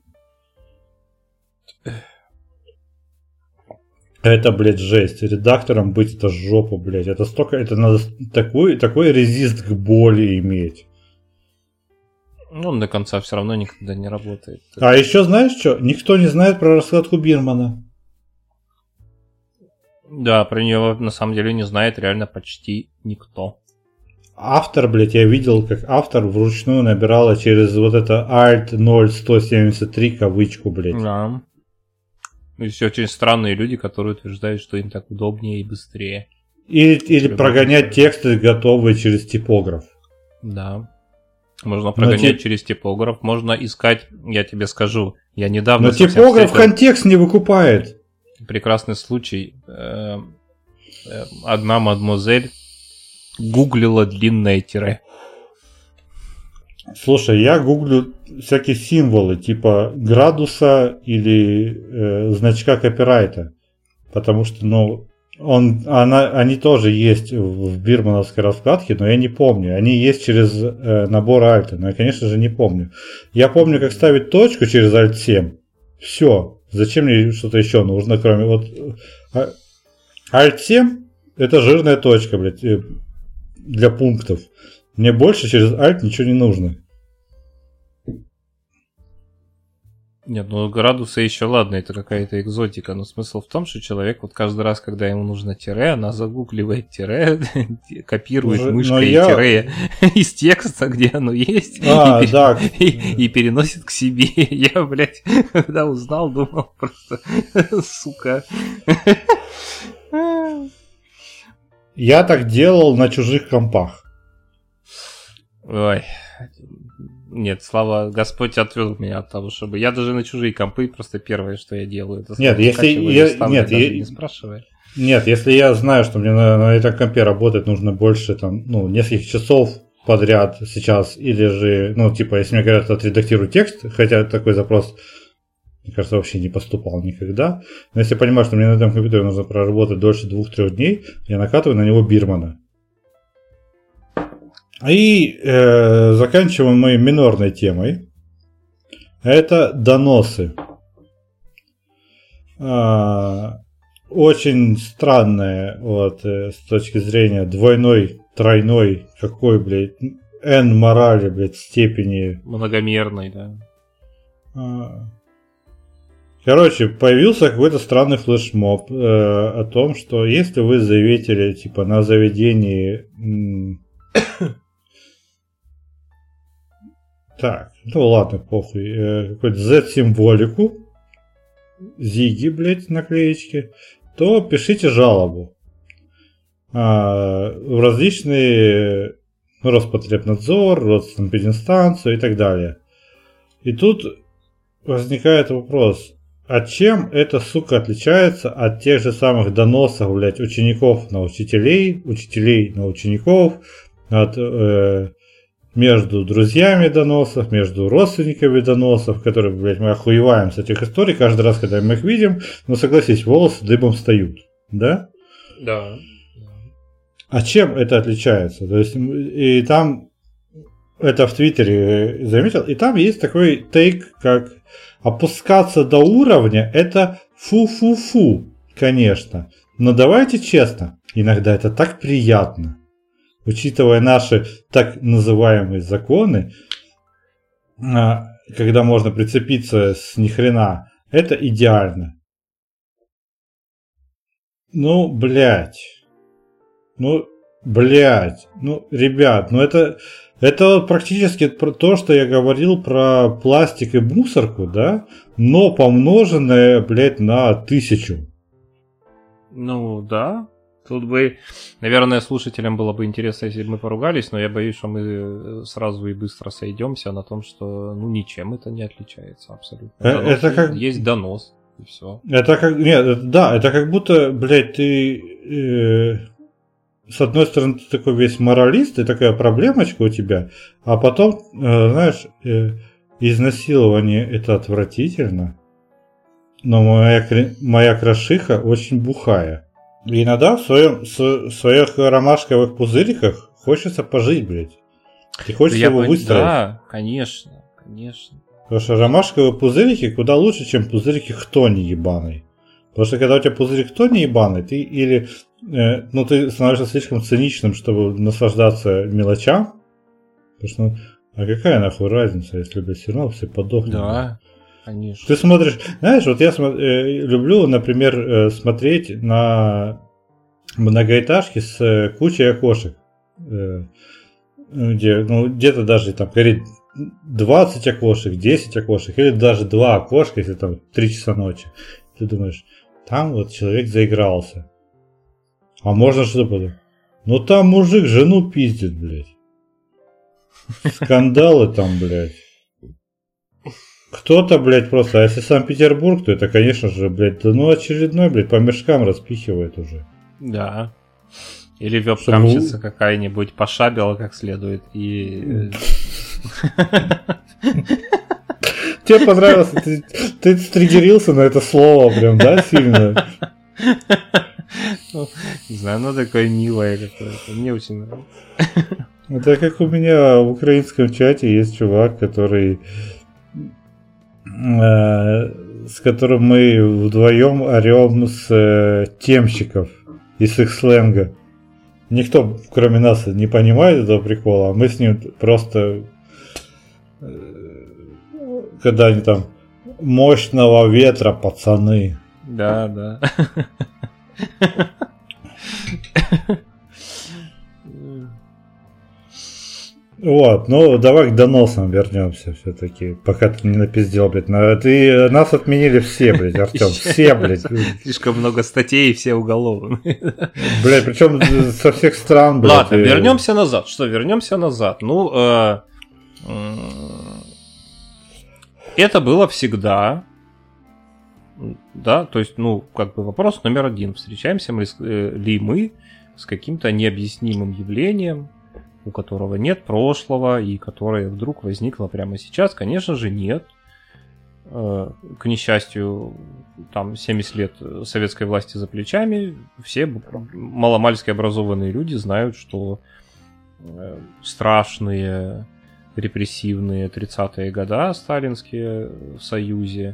Это, блядь, жесть. Редактором быть это жопа, блядь. Это надо такой резист к боли иметь. Ну, он до конца все равно никогда не работает. А еще знаешь что? Никто не знает про раскладку Бирмана. Да, про нее на самом деле не знает реально почти никто. Автор, блядь, я видел, как автор вручную набирала через вот это Alt 0173 кавычку, блядь. Да. И все очень странные люди, которые утверждают, что им так удобнее и быстрее. Или прогонять тексты готовые через типограф. Да. Можно прогонять через типограф, можно искать, я тебе скажу, я недавно... Но типограф контекст не выкупает. Прекрасный случай. Одна мадемуазель гуглила длинное тире. Слушай, я гуглю всякие символы, типа градуса или значка копирайта. Потому что, они тоже есть в бирмановской раскладке, но я не помню. Они есть через набор альта, но я, конечно же, не помню. Я помню, как ставить точку через Alt 7. Все. Зачем мне что-то еще нужно, кроме Alt 7 это жирная точка, блядь, для пунктов. Мне больше через Alt ничего не нужно. Нет, градусы еще ладно, это какая-то экзотика, но смысл в том, что человек вот каждый раз, когда ему нужно тире, она загугливает тире, копирует мышкой тире из текста, где оно есть, и переносит к себе. Я, блядь, когда узнал, думал просто, сука. Я так делал на чужих компах. Ой. Нет, слава Господь отвел меня от того, чтобы... Я даже на чужие компы просто первое, что я делаю, это не спрашивая. Нет, если я знаю, что мне на этом компе работать нужно больше нескольких часов подряд сейчас, или же, если мне говорят, отредактируй текст, хотя такой запрос, мне кажется, вообще не поступал никогда. Но если я понимаю, что мне на этом компьютере нужно проработать дольше 2-3 дней, я накатываю на него Бирмана. И заканчиваем мы минорной темой. Это доносы. Очень странное с точки зрения двойной, тройной, какой, блядь, N морали, блядь, степени. Многомерной, да. Короче, появился какой-то странный флешмоб о том, что если вы заветили, на заведении... Так, ладно, похуй. Какую-то Z-символику, зиги, блядь, наклеечки, то пишите жалобу. в различные Роспотребнадзор, Россанэпидемстанцию и так далее. И тут возникает вопрос, а чем эта, сука, отличается от тех же самых доносов, блядь, учеников на учителей, учителей на учеников, от между друзьями доносов, между родственниками доносов, которые, блядь, мы охуеваем с этих историй каждый раз, когда мы их видим, но согласись, волосы дыбом встают, да? Да. А чем это отличается? То есть, и там, это в Твиттере заметил, и там есть такой тейк, как опускаться до уровня, это фу-фу-фу, конечно. Но давайте честно, иногда это так приятно. Учитывая наши так называемые законы, когда можно прицепиться с нихрена, это идеально. Ну, блядь. Ну, ребят, это практически то, что я говорил про пластик и мусорку, да, но помноженное, блядь, на 1000. Ну, да. Тут бы, наверное, слушателям было бы интересно, если бы мы поругались, но я боюсь, что мы сразу и быстро сойдемся на том, что, ну, ничем это не отличается абсолютно. Это как... Есть донос, и все. Это как... Нет, да, это как будто, блядь, ты... с одной стороны, ты такой весь моралист, и такая проблемочка у тебя, а потом, знаешь, изнасилование это отвратительно, но моя крошиха очень бухая. И иногда в своих ромашковых пузыриках хочется пожить, блядь. И хочется его выстроить. Да, конечно. Потому что ромашковые пузырики куда лучше, чем пузырики хтони ебаной. Потому что когда у тебя пузырик хтони ебаный, ты или... ты становишься слишком циничным, чтобы наслаждаться мелочам. Потому что, а какая нахуй разница, если, блядь, все равно все подохнут. Да, конечно. Ты смотришь, знаешь, вот я люблю, например, смотреть на многоэтажки с кучей окошек. Где, где-то даже там, говорит, 20 окошек, 10 окошек, или даже 2 окошка, если там 3 часа ночи. Ты думаешь, там вот человек заигрался. А можно что подумать? Ну там мужик жену пиздит, блядь. Скандалы там, блядь. Кто-то, блядь, просто... А если Санкт-Петербург, то это, конечно же, блядь, очередной, блядь, по мешкам распихивает уже. Да. Или веб-камщица какая-нибудь пошабила как следует и... Тебе понравилось? Ты стригерился на это слово прям, да, сильно? Не знаю, оно такое милое какое-то. Мне очень нравится. Это как у меня в украинском чате есть чувак, который... с которым мы вдвоем орем с темщиков и с их сленга. Никто, кроме нас, не понимает этого прикола, а мы с ним просто... Когда они там мощного ветра, пацаны. Да. Вот, ну давай к доносам вернемся все-таки, пока ты не напиздел, блядь. Нас отменили все, блядь, Артем, все, блядь. Слишком много статей и все уголовные. Блядь, причем со всех стран, блядь. Ладно, вернемся назад. Что, вернемся назад. Ну, это было всегда. Да, то есть, вопрос номер 1. Встречаемся ли мы с каким-то необъяснимым явлением, у которого нет прошлого и которое вдруг возникло прямо сейчас? Конечно же, нет. К несчастью, там 70 лет советской власти за плечами, все маломальски образованные люди знают, что страшные репрессивные 30-е года сталинские в Союзе,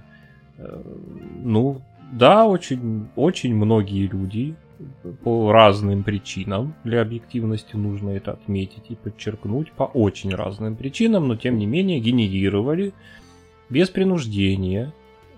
очень, очень многие люди по разным причинам, для объективности нужно это отметить и подчеркнуть, по очень разным причинам, но тем не менее генерировали без принуждения,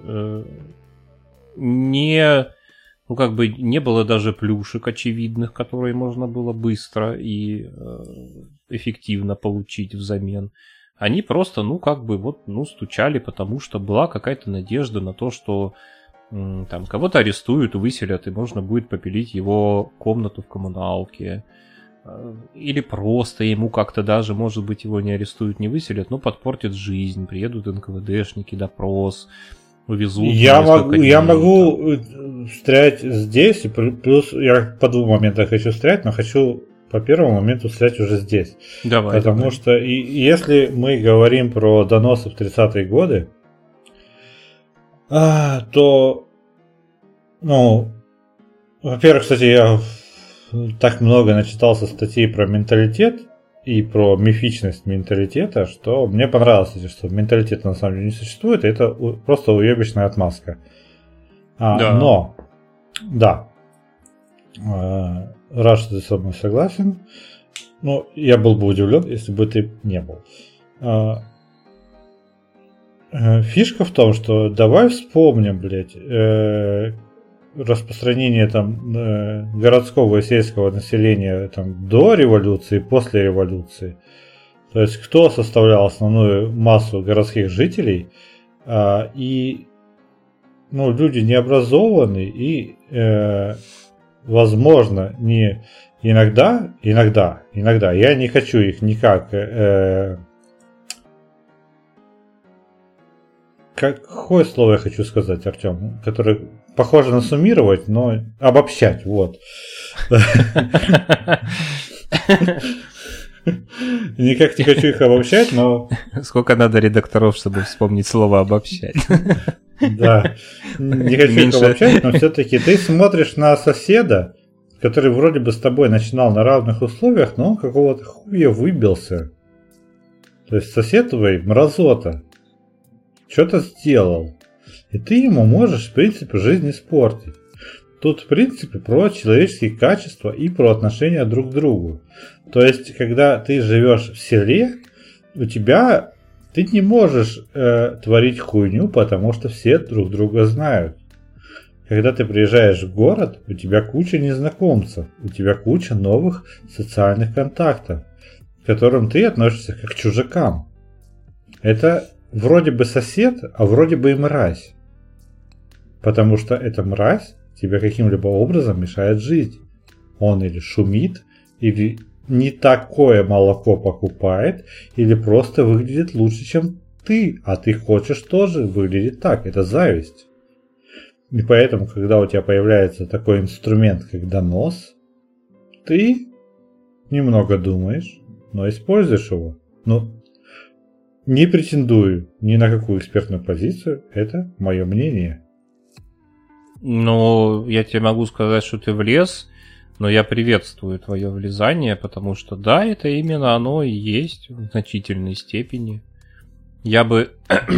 не было даже плюшек очевидных, которые можно было быстро и эффективно получить взамен. Они просто, стучали, потому что была какая-то надежда на то, что там кого-то арестуют, выселят, и можно будет попилить его комнату в коммуналке. Или просто ему как-то даже, может быть, его не арестуют, не выселят, но подпортят жизнь, приедут НКВДшники, допрос, увезут. Я могу встрять здесь, и плюс я по двум моментам хочу встрять, но хочу по первому моменту встрять уже здесь. Давай. Потому что если мы говорим про доносы в 30-е годы, то, во-первых, кстати, я так много начитался статей про менталитет и про мифичность менталитета, что мне понравилось, что менталитета на самом деле не существует, и это просто уебищная отмазка. Но, да, рад, что ты со мной согласен, но я был бы удивлен, если бы ты не был. Фишка в том, что давай вспомним, распространение городского и сельского населения до революции и после революции. То есть кто составлял основную массу городских жителей, и люди необразованные и, возможно, не иногда, я не хочу их никак, какое слово я хочу сказать, Артем, которое похоже на суммировать, но обобщать, вот. Никак не хочу их обобщать, но... Сколько надо редакторов, чтобы вспомнить слово «обобщать». Да, не хочу их обобщать, но все-таки ты смотришь на соседа, который вроде бы с тобой начинал на равных условиях, но он какого-то хуя выбился. То есть сосед твой мразота. Что-то сделал. И ты ему можешь, в принципе, жизнь испортить. Тут, в принципе, про человеческие качества и про отношения друг к другу. То есть, когда ты живешь в селе, ты не можешь творить хуйню, потому что все друг друга знают. Когда ты приезжаешь в город, у тебя куча незнакомцев, у тебя куча новых социальных контактов, к которым ты относишься как к чужакам. Это вроде бы сосед, а вроде бы и мразь. Потому что эта мразь тебе каким-либо образом мешает жить. Он или шумит, или не такое молоко покупает, или просто выглядит лучше, чем ты, а ты хочешь тоже выглядеть так. Это зависть. И поэтому, когда у тебя появляется такой инструмент, как донос, ты немного думаешь, но используешь его. Не претендую ни на какую экспертную позицию, это мое мнение. Я тебе могу сказать, что ты влез, но я приветствую твое влезание, потому что да, это именно оно и есть в значительной степени. Я бы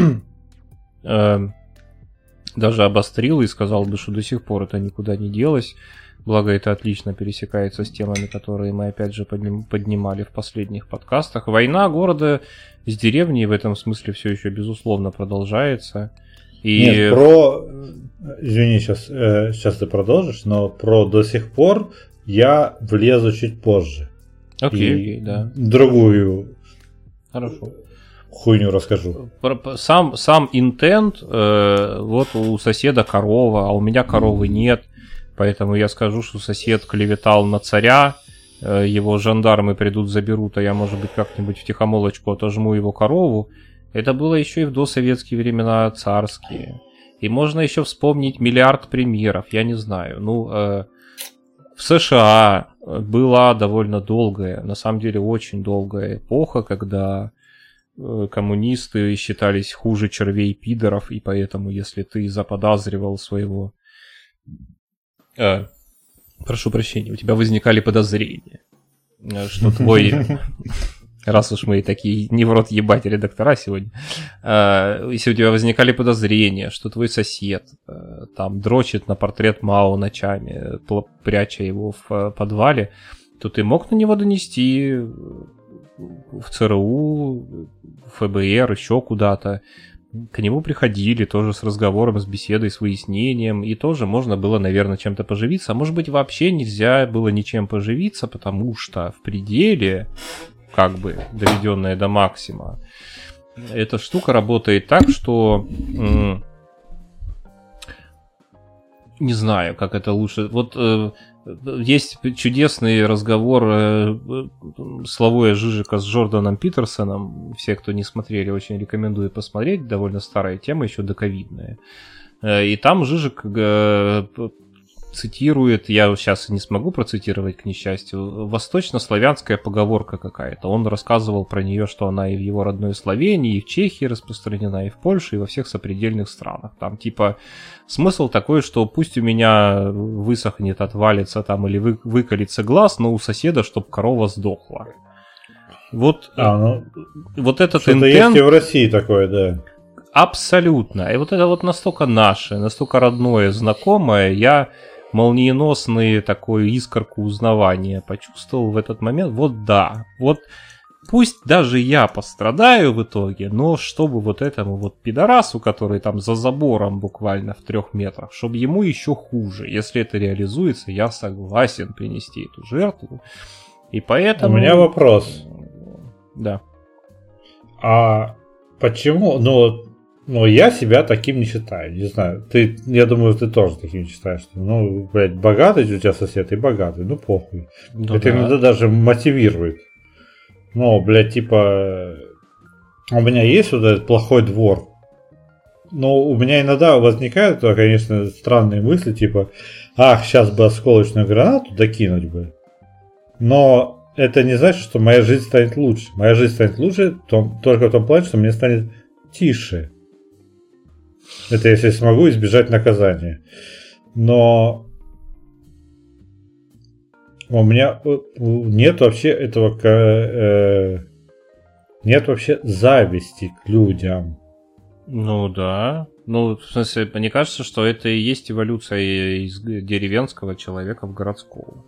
даже обострил и сказал бы, что до сих пор это никуда не делось. Благо, это отлично пересекается с темами, которые мы опять же поднимали в последних подкастах. Война города с деревней в этом смысле все еще безусловно продолжается. Нет, извини, сейчас ты продолжишь, но про до сих пор я влезу чуть позже. Окей, да. Другую Хорошо. Хуйню расскажу. Сам интент, вот у соседа корова, а у меня коровы нет. Поэтому я скажу, что сосед клеветал на царя, его жандармы придут, заберут, а я, может быть, как-нибудь втихомолочку отожму его корову. Это было еще и в досоветские времена царские. И можно еще вспомнить миллиард примеров, я не знаю. В США была довольно долгая, на самом деле очень долгая эпоха, когда коммунисты считались хуже червей-пидоров, и поэтому, если ты заподозривал своего... прошу прощения, у тебя возникали подозрения, что твой... Раз уж мы такие не в рот ебать редактора сегодня. Если у тебя возникали подозрения, что твой сосед там дрочит на портрет Мао ночами, пряча его в подвале, то ты мог на него донести в ЦРУ, в ФБР, еще куда-то. К нему приходили тоже с разговором, с беседой, с выяснением, и тоже можно было, наверное, чем-то поживиться. А может быть, вообще нельзя было ничем поживиться, потому что в пределе, как бы доведенная до максимума, эта штука работает так, что Не знаю, как это лучше. Вот есть чудесный разговор Славоя Жижика с Джорданом Питерсоном. Все, кто не смотрели, очень рекомендую посмотреть. Довольно старая тема, еще доковидная. И там Жижик цитирует, я сейчас не смогу процитировать, к несчастью, восточнославянская поговорка какая-то. Он рассказывал про нее, что она и в его родной Словении, и в Чехии распространена, и в Польше, и во всех сопредельных странах. Там типа смысл такой, что пусть у меня высохнет, отвалится там или выколется глаз, но у соседа, чтоб корова сдохла. Вот, вот этот интент... есть и в России такое, да. Абсолютно. И вот это вот настолько наше, настолько родное, знакомое, я молниеносный такой искорку узнавания почувствовал в этот момент. Вот да, вот пусть даже я пострадаю в итоге, но чтобы вот этому вот пидорасу, который там за забором буквально в 3 метрах, чтобы ему еще хуже. Если это реализуется, я согласен принести эту жертву. И поэтому... У меня вопрос. Да. А почему... Ну, я себя таким не считаю, не знаю. Я думаю, ты тоже таким считаешь. Ну, блядь, богатый у тебя сосед и богатый, ну похуй. Ну, это иногда даже мотивирует. Ну, блядь, типа, у меня есть вот этот плохой двор. Но у меня иногда возникают, конечно, странные мысли, типа, сейчас бы осколочную гранату докинуть бы. Но это не значит, что моя жизнь станет лучше. Моя жизнь станет лучше только в том плане, что мне станет тише. Это если смогу избежать наказания. Но у меня нет вообще этого... Нет вообще зависти к людям. Ну да. Ну, в смысле, мне кажется, что это и есть эволюция из деревенского человека в городского.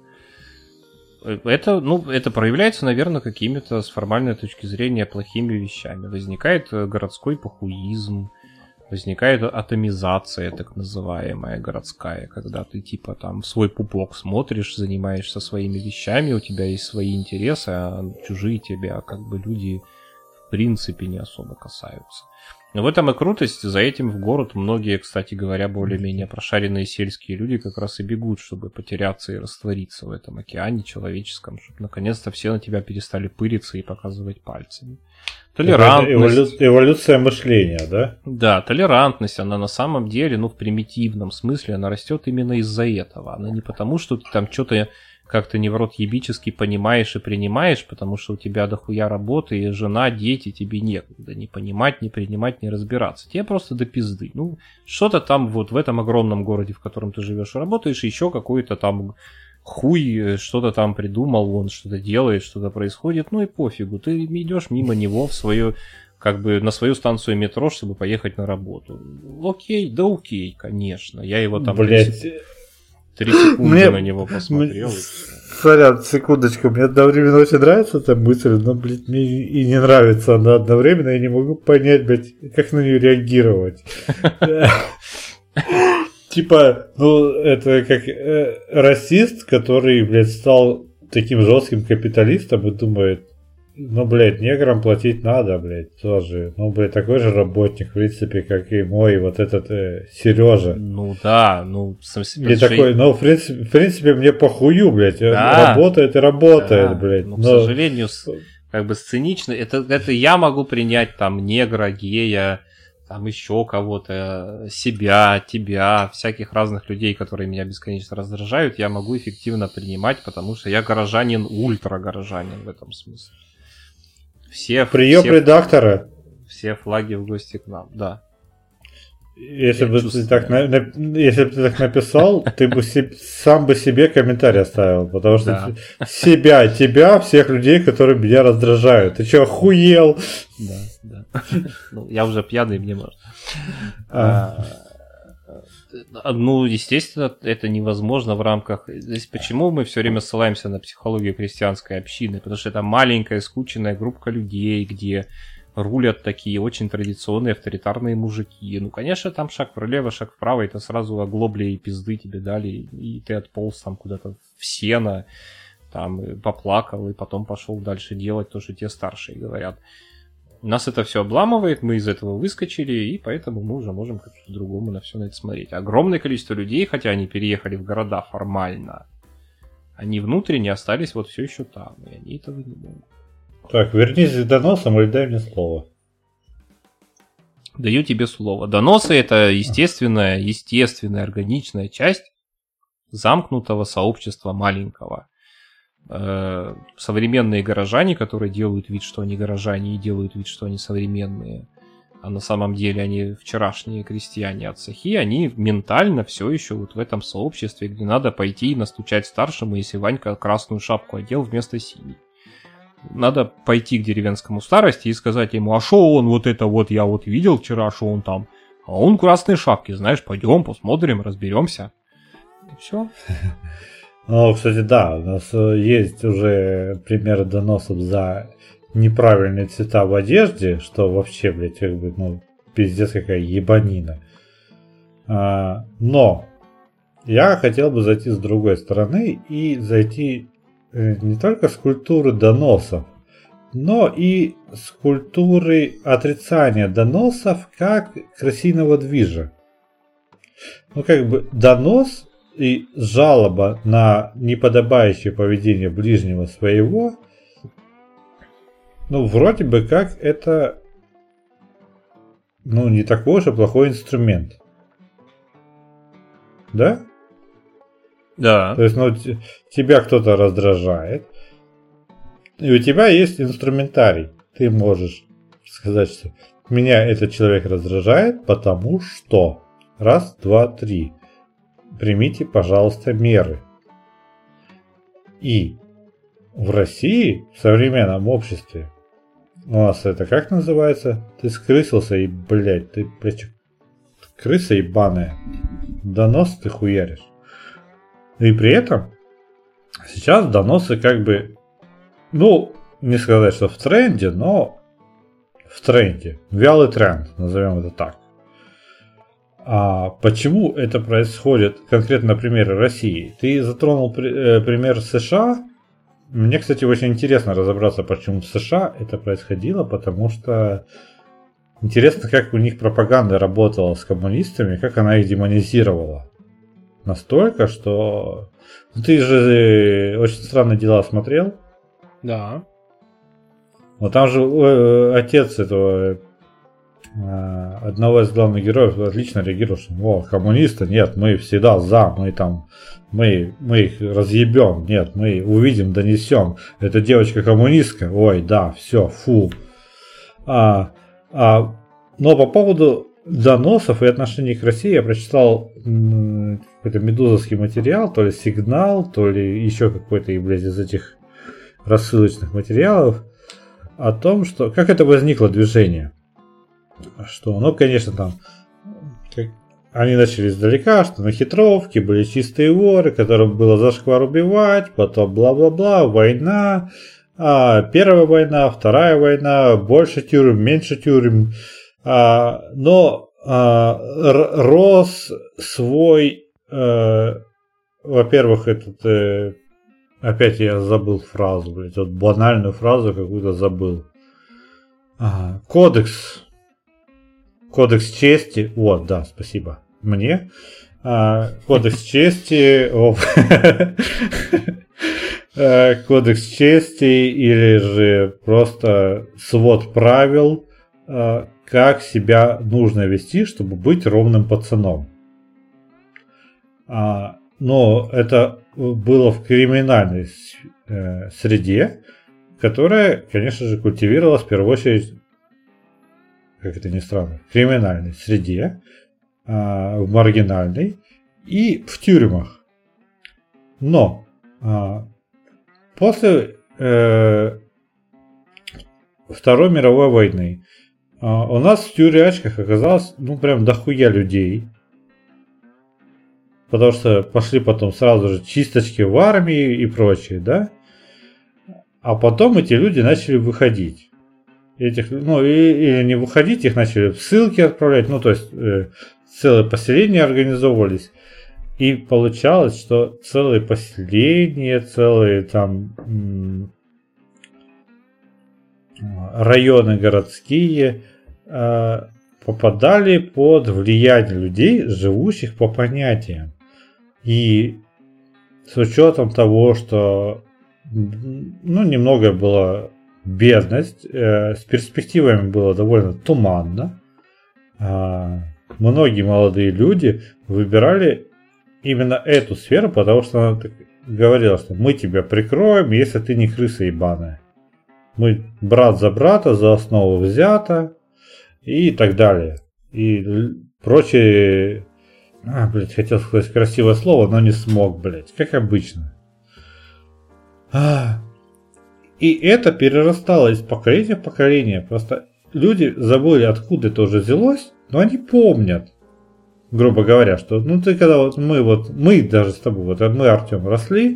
Это проявляется, наверное, какими-то с формальной точки зрения плохими вещами. Возникает городской похуизм, возникает атомизация, так называемая, городская, когда ты типа там в свой пупок смотришь, занимаешься своими вещами, у тебя есть свои интересы, а чужие тебя как бы люди в принципе не особо касаются. Но в этом и крутость, за этим в город многие, кстати говоря, более-менее прошаренные сельские люди как раз и бегут, чтобы потеряться и раствориться в этом океане человеческом, чтобы наконец-то все на тебя перестали пыриться и показывать пальцами. Толерантность. Эволюция мышления, да? Да, толерантность, она на самом деле, в примитивном смысле, она растет именно из-за этого. Она не потому, что ты там что-то как-то невротъебически понимаешь и принимаешь, потому что у тебя дохуя работы, и жена, дети, тебе некогда не понимать, не принимать, не разбираться. Тебе просто до пизды. Что-то там вот в этом огромном городе, в котором ты живешь и работаешь, еще какой-то там хуй что-то там придумал, он что-то делает, что-то происходит, и пофигу. Ты идешь мимо него в свою, как бы на свою станцию метро, чтобы поехать на работу. Окей, конечно. Я его там... 3 секунды на него посмотрел. Сорян, секундочку, мне одновременно очень нравится эта мысль, но, блядь, мне и не нравится она одновременно, я не могу понять, блядь, как на нее реагировать. Типа, это как расист, который, блядь, стал таким жестким капиталистом и думает, блядь, неграм платить надо, блядь, тоже. Блядь, такой же работник, в принципе, как и мой вот этот Сережа. Да, в смысле... И такой, в принципе, мне похую, блядь, да, работает и работает, да, блядь. К сожалению, как бы сценично, это я могу принять там негра, гея, там еще кого-то, себя, тебя, всяких разных людей, которые меня бесконечно раздражают, я могу эффективно принимать, потому что я горожанин, ультра-горожанин в этом смысле. Прием редактора. Все флаги в гости к нам, да. Если бы ты так написал, ты бы сам бы себе комментарий оставил, потому что себя, тебя, всех людей, которые меня раздражают. Ты что, охуел? Да. Я уже пьяный, мне можно. Естественно, это невозможно в рамках... Здесь почему мы все время ссылаемся на психологию христианской общины? Потому что это маленькая, скучная группа людей, где рулят такие очень традиционные авторитарные мужики. Конечно, там шаг влево, шаг вправо, это сразу оглобли и пизды тебе дали, и ты отполз там куда-то в сено, там поплакал, и потом пошел дальше делать то, что те старшие говорят. Нас это все обламывает, мы из этого выскочили, и поэтому мы уже можем как-то по-другому на все на это смотреть. Огромное количество людей, хотя они переехали в города формально, они внутренне остались вот все еще там, и они этого не могут. Так, вернись к доносам или дай мне слово. Даю тебе слово. Доносы — это естественная, органичная часть замкнутого сообщества маленького. Современные горожане, которые делают вид, что они горожане, и делают вид, что они современные, а на самом деле они вчерашние крестьяне от Сахи, они ментально все еще вот в этом сообществе, где надо пойти и настучать старшему, если Ванька красную шапку одел вместо синей. Надо пойти к деревенскому старости и сказать ему: а шо он вот это вот, я вот видел вчера, шо он там, а он в красной шапке, знаешь, пойдем, посмотрим, разберемся. И все. Ну, кстати, да, у нас есть уже примеры доносов за неправильные цвета в одежде, что вообще, блядь, как бы, ну, пиздец какая ебанина. Но я хотел бы зайти с другой стороны и зайти не только с культуры доносов, но и с культуры отрицания доносов как крысиного движа. Ну, как бы донос и жалоба на неподобающее поведение ближнего своего, ну, вроде бы как это, ну, не такой уж и плохой инструмент. Да? Да. То есть, ну, тебя кто-то раздражает, и у тебя есть инструментарий. Ты можешь сказать, что меня этот человек раздражает, потому что... Раз, два, три. Примите, пожалуйста, меры. И в России, в современном обществе, у нас это как называется? Ты скрысился и, блядь, ты крыса ебаная. Донос ты хуяришь. И при этом сейчас доносы как бы, ну, не сказать, что в тренде, но в тренде. Вялый тренд, назовем это так. А почему это происходит конкретно на примере России? Ты затронул пример США. Мне, кстати, очень интересно разобраться, почему в США это происходило, потому что интересно, как у них пропаганда работала с коммунистами, как она их демонизировала. Настолько, что... Ты же «Очень странные дела» смотрел? Да. Вот там же отец этого одного из главных героев отлично реагировал, что о, коммунисты, нет, мы всегда за, мы их разъебем, нет, мы увидим, донесем, эта девочка коммунистка, ой, да, все, фу. Но по поводу доносов и отношений к России я прочитал какой-то медузовский материал, то ли «Сигнал», то ли еще какой-то, блядь, из этих рассылочных материалов о том, что как это возникло движение. Что, ну, конечно, там они начали издалека, что на хитровке были чистые воры, которым было зашквар убивать, потом бла-бла-бла, война, первая война, вторая война, больше тюрем, меньше тюрем, но рос свой, во-первых, этот, опять я забыл фразу, блядь, вот банальную фразу какую-то забыл. Кодекс чести, вот, да, спасибо мне. Кодекс чести, кодекс чести или же просто свод правил, как себя нужно вести, чтобы быть ровным пацаном. Но это было в криминальной среде, которая, конечно же, культивировалась в первую очередь, как это ни странно, в криминальной среде, в маргинальной и в тюрьмах. Но после Второй мировой войны у нас в тюрячках оказалось, ну, прям дохуя людей. Потому что пошли потом сразу же чисточки в армии и прочее, да? А потом эти люди начали выходить. Или не выходить, их начали в ссылки отправлять, ну, то есть целые поселения организовывались. И получалось, что целые поселения, целые там районы городские попадали под влияние людей, живущих по понятиям. И с учетом того, что немного была бедность, с перспективами было довольно туманно, многие молодые люди выбирали именно эту сферу, потому что она говорила, что мы тебя прикроем, если ты не крыса ебаная. Мы брат за брата, за основу взято и так далее. И прочие... хотел сказать красивое слово, но не смог, как обычно. И это перерастало из поколения в поколение. Просто люди забыли, откуда это уже взялось, но они помнят. Грубо говоря, что ты когда мы даже с тобой, мы, Артем, росли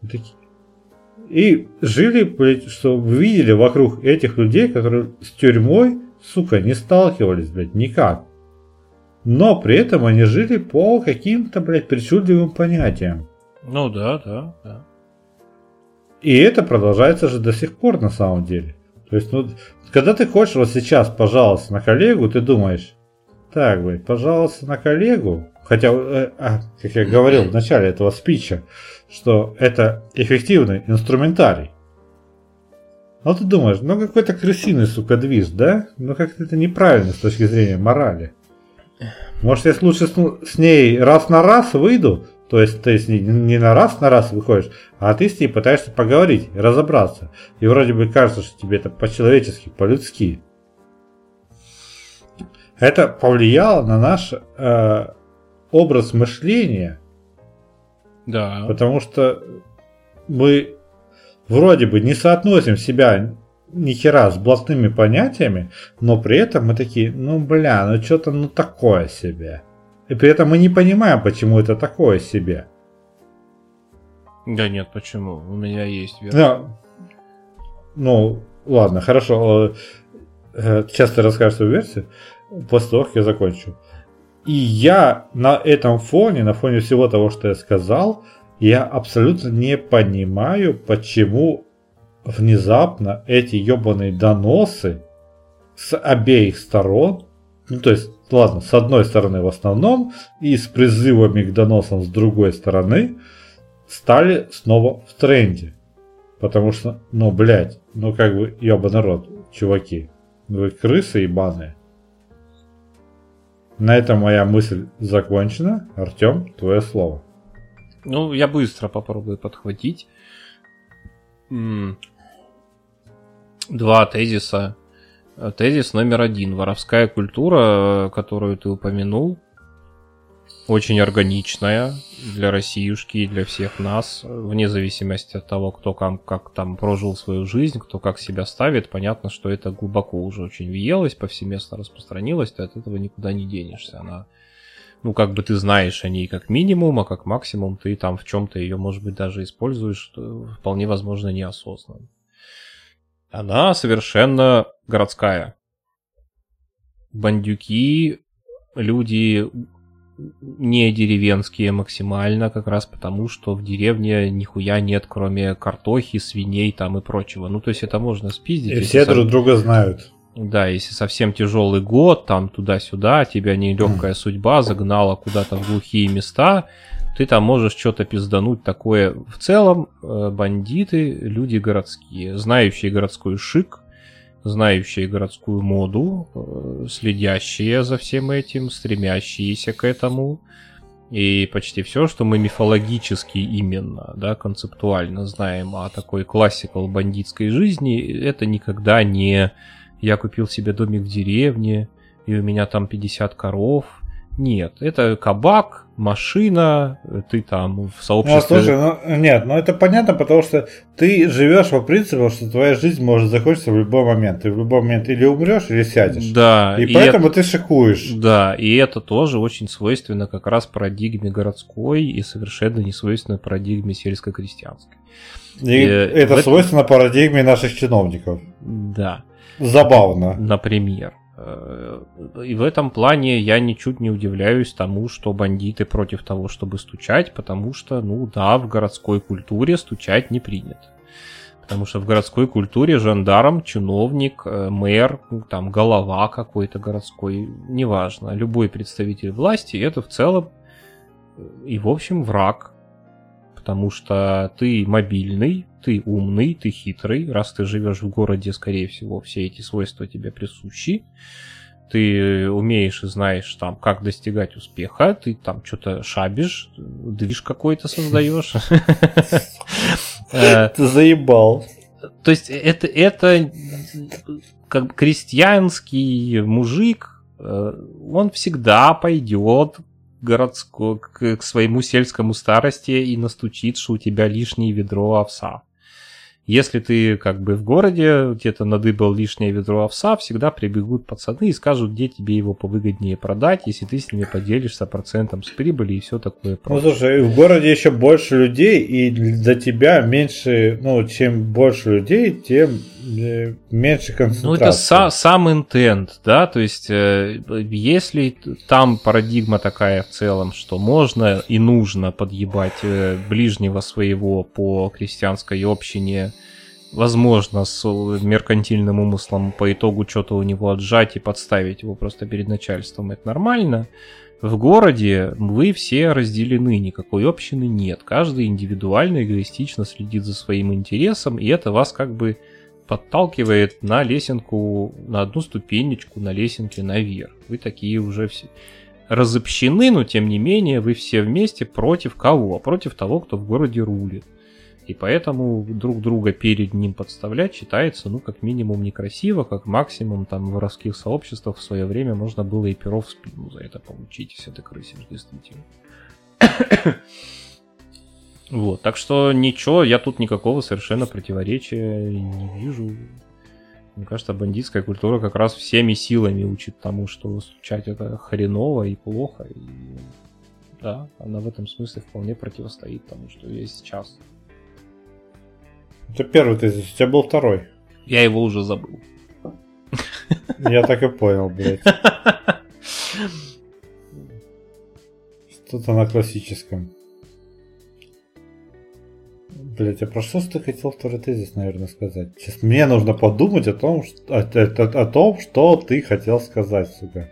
и жили, что видели вокруг этих людей, которые с тюрьмой, сука, не сталкивались, никак. Но при этом они жили по каким-то, причудливым понятиям. Ну да. И это продолжается же до сих пор на самом деле. То есть, когда ты хочешь вот сейчас пожаловаться на коллегу, ты думаешь, так, пожаловаться на коллегу, хотя, как я говорил в начале этого спича, что это эффективный инструментарий. Но ты думаешь, какой-то крысиный, сука, движ, да? Как-то это неправильно с точки зрения морали. Может, я лучше с ней раз на раз выйду, то есть ты с ней не на раз выходишь, а ты с ней пытаешься поговорить, разобраться. И вроде бы кажется, что тебе это по-человечески, по-людски. Это повлияло на наш образ мышления. Да. Потому что мы вроде бы не соотносим себя ни хера с блатными понятиями, но при этом мы такие, что-то такое себе. И при этом мы не понимаем, почему это такое себе. Да нет, почему? У меня есть версия. Ладно, хорошо. Сейчас ты расскажешь свою версию, после того, как я закончу. И я на этом фоне, на фоне всего того, что я сказал, я абсолютно не понимаю, почему внезапно эти ебаные доносы с обеих сторон, то есть, ладно, с одной стороны в основном, и с призывами к доносам с другой стороны, стали снова в тренде. Потому что, ебаный рот, чуваки, вы крысы ебаные. На этом моя мысль закончена. Артем, твое слово. Я быстро попробую подхватить. Два тезиса. Тезис номер 1. Воровская культура, которую ты упомянул, очень органичная для Россиюшки и для всех нас, вне зависимости от того, кто как там прожил свою жизнь, кто как себя ставит. Понятно, что это глубоко уже очень въелось, повсеместно распространилось, ты от этого никуда не денешься. Она, ты знаешь о ней как минимум, а как максимум ты там в чем-то ее, может быть, даже используешь, вполне возможно, неосознанно. Она совершенно городская. Бандюки, люди не деревенские максимально, как раз потому, что в деревне нихуя нет, кроме картохи, свиней там и прочего. То есть это можно спиздить. И все друг друга знают. Да, если совсем тяжелый год, там туда-сюда, тебя нелегкая судьба загнала куда-то в глухие места, ты там можешь что-то пиздануть такое. В целом, бандиты, люди городские, знающие городской шик, знающие городскую моду, следящие за всем этим, стремящиеся к этому. И почти все, что мы мифологически именно, концептуально знаем о такой классикал бандитской жизни, это никогда не «я купил себе домик в деревне, и у меня там 50 коров». Нет, это кабак, машина, ты там в сообществе... это понятно, потому что ты живешь по принципу, что твоя жизнь может закончиться в любой момент. Ты в любой момент или умрешь, или сядешь. Да. И поэтому ты шикуешь. Да, и это тоже очень свойственно как раз парадигме городской и совершенно не свойственно парадигме сельско-крестьянской. И это свойственно парадигме наших чиновников. Да. Забавно. Например. И в этом плане я ничуть не удивляюсь тому, что бандиты против того, чтобы стучать, потому что, в городской культуре стучать не принято. Потому что в городской культуре жандарм, чиновник, мэр, там голова какой-то городской, неважно, любой представитель власти, это в целом и в общем враг. Потому что ты мобильный, ты умный, ты хитрый. Раз ты живешь в городе, скорее всего, все эти свойства тебе присущи. Ты умеешь и знаешь, там, как достигать успеха. Ты там что-то шабишь, движ какой-то создаешь. Ты заебал. То есть это как крестьянский мужик, он всегда пойдет городской, к своему сельскому старости и настучит, что у тебя лишнее ведро овса. Если ты как бы в городе где-то надыбал лишнее ведро овса, всегда прибегут пацаны и скажут, где тебе его повыгоднее продать, если ты с ними поделишься процентом с прибыли и все такое прочее. Ну слушай, в городе еще больше людей, и для тебя меньше, ну, чем больше людей, тем меньше концентрации. Ну, это сам интент, да, то есть если там парадигма такая в целом, что можно и нужно подъебать ближнего своего по крестьянской общине, возможно, с меркантильным умыслом по итогу что-то у него отжать и подставить его просто перед начальством, это нормально. В городе вы все разделены, никакой общины нет. Каждый индивидуально, эгоистично следит за своим интересом, и это вас как бы подталкивает на лесенку, на одну ступенечку на лесенке наверх. Вы такие уже все разобщены, но тем не менее вы все вместе против кого? Против того, кто в городе рулит. И поэтому друг друга перед ним подставлять считается, ну, как минимум некрасиво, как максимум там в воровских сообществах в свое время можно было и перо в спину за это получить, если ты крысишь действительно. Вот, так что ничего, я тут никакого совершенно противоречия не вижу. Мне кажется, бандитская культура как раз всеми силами учит тому, что стучать это хреново и плохо. И да, она в этом смысле вполне противостоит тому, что есть сейчас. Это первый тезис, у тебя был второй. Я его уже забыл. Я так и понял, блядь. Что-то на классическом. Блять, а про что ты хотел второй тезис, наверное, сказать? Сейчас мне нужно подумать о том, что ты хотел сказать, сука.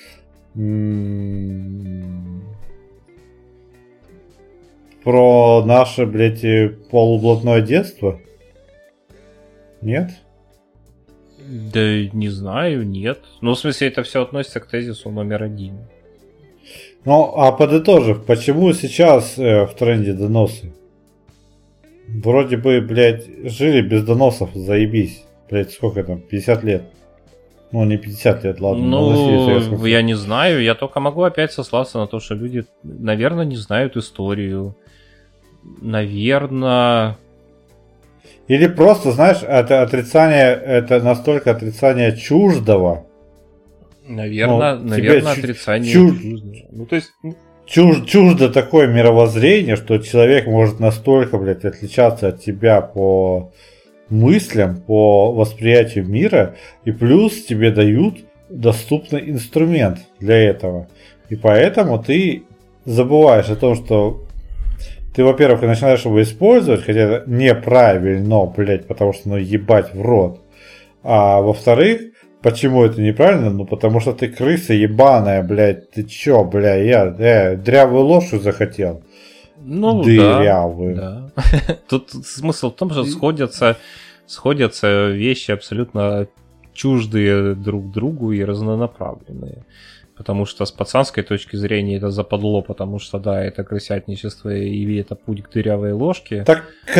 Про наше, блядь, полублатное детство? Нет? Да не знаю, нет. Ну, в смысле, это все относится к тезису номер 1. Ну, а подытожив, почему сейчас в тренде доносы? Вроде бы, блядь, жили без доносов, заебись. Блядь, сколько там, 50 лет? Ну, не 50 лет, ладно. Ну, я не знаю, я только могу опять сослаться на то, что люди, наверное, не знают историю. Наверное... Или просто, знаешь, это отрицание, это настолько отрицание чуждого. Наверное, отрицание чуждого. Ну, то есть... Чуждо такое мировоззрение, что человек может настолько, блядь, отличаться от тебя по мыслям, по восприятию мира, и плюс тебе дают доступный инструмент для этого. И поэтому ты забываешь о том, что ты, во-первых, начинаешь его использовать, хотя это неправильно, блядь, потому что, ну, ебать в рот. А во-вторых, почему это неправильно? Ну, потому что ты крыса ебаная, блядь. Ты чё, бля, я дрявую лошадь захотел. Ну, дырявую. Да. Тут смысл в том, что сходятся вещи абсолютно чуждые друг другу и разнонаправленные. Потому что с пацанской точки зрения это западло, потому что, да, это крысятничество и это путь к дырявой ложке. Так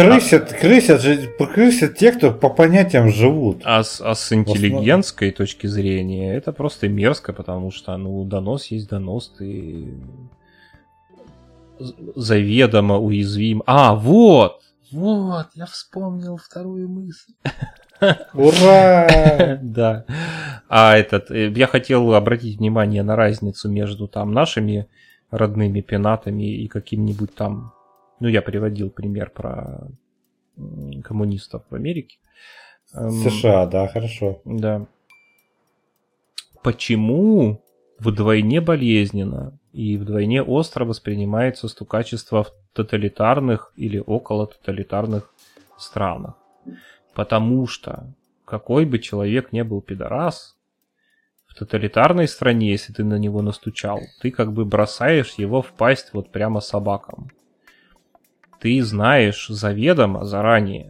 крысят те, кто по понятиям живут. А с интеллигентской точки зрения это просто мерзко, потому что, ну, донос есть донос, ты заведомо уязвим. Вот, я вспомнил вторую мысль. Ура! Да. Я хотел обратить внимание на разницу между там нашими родными пенатами и каким-нибудь там... Ну, я приводил пример про коммунистов в Америке. США, да, хорошо. Да. Почему вдвойне болезненно и вдвойне остро воспринимается стукачество в тоталитарных или около тоталитарных странах? Потому что какой бы человек ни был пидорас, в тоталитарной стране, если ты на него настучал, ты как бы бросаешь его в пасть вот прямо собакам. Ты знаешь заведомо, заранее,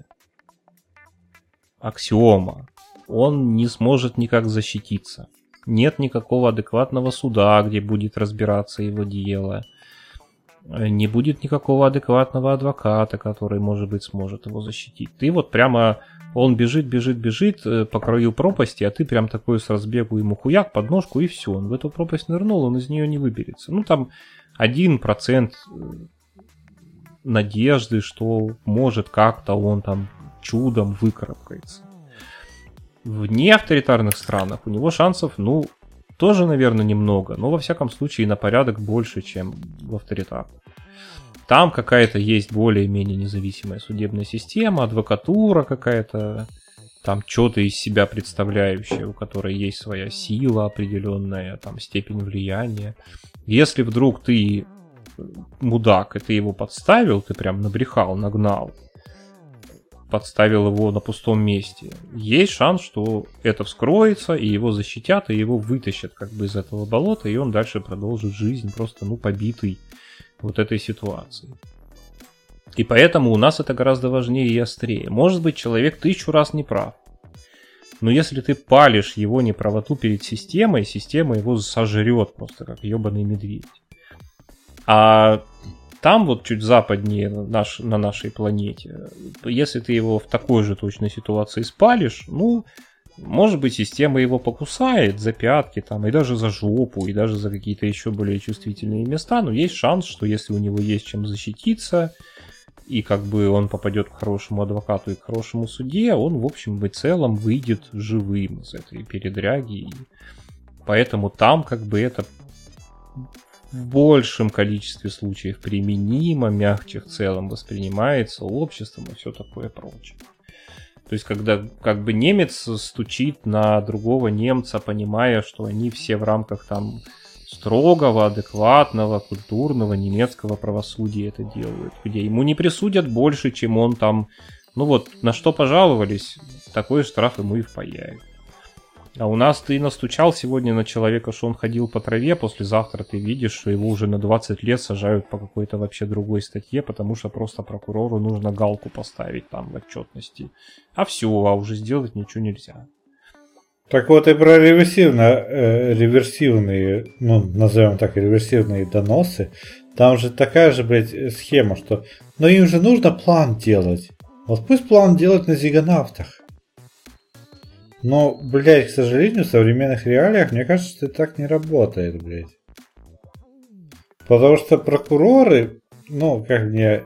аксиома, он не сможет никак защититься. Нет никакого адекватного суда, где будет разбираться его дело. Не будет никакого адекватного адвоката, который, может быть, сможет его защитить. Ты вот прямо, он бежит по краю пропасти, а ты прям такой с разбегу ему хуяк под ножку, и все. Он в эту пропасть нырнул, он из нее не выберется. Ну, там 1% надежды, что может как-то он там чудом выкарабкается. В неавторитарных странах у него шансов, ну, тоже, наверное, немного, но во всяком случае на порядок больше, чем в авторитарных. Там какая-то есть более-менее независимая судебная система, адвокатура какая-то, там что-то из себя представляющее, у которой есть своя сила определенная, там степень влияния. Если вдруг ты мудак, и ты его подставил, ты прям набрехал, нагнал, подставил его на пустом месте, есть шанс, что это вскроется, и его защитят, и его вытащат как бы из этого болота, и он дальше продолжит жизнь просто, ну, побитый вот этой ситуацией. И поэтому у нас это гораздо важнее и острее. Может быть, человек 1000 раз не прав, но если ты палишь его неправоту перед системой, система его сожрет просто как ебаный медведь. А там вот чуть западнее на нашей планете, если ты его в такой же точной ситуации спалишь, ну, может быть, система его покусает за пятки там, и даже за жопу, и даже за какие-то еще более чувствительные места, но есть шанс, что если у него есть чем защититься, и как бы он попадет к хорошему адвокату и к хорошему судье, он в общем и целом выйдет живым из этой передряги. И поэтому там как бы это в большем количестве случаев применимо, мягче в целом воспринимается обществом и все такое прочее. То есть, когда как бы немец стучит на другого немца, понимая, что они все в рамках там строгого, адекватного, культурного немецкого правосудия это делают, где ему не присудят больше, чем он там, ну вот, на что пожаловались, такой штраф ему и впаяют. А у нас ты настучал сегодня на человека, что он ходил по траве, послезавтра ты видишь, что его уже на 20 лет сажают по какой-то вообще другой статье, потому что просто прокурору нужно галку поставить там в отчетности. А все, а уже сделать ничего нельзя. Так вот и про реверсивные, ну, назовем так, реверсивные доносы, там же такая же, блядь, схема, что, но им же нужно план делать. Вот пусть план делать на зиганавтах. Но, блядь, к сожалению, в современных реалиях, мне кажется, что это так не работает, блядь. Потому что прокуроры, ну, как мне...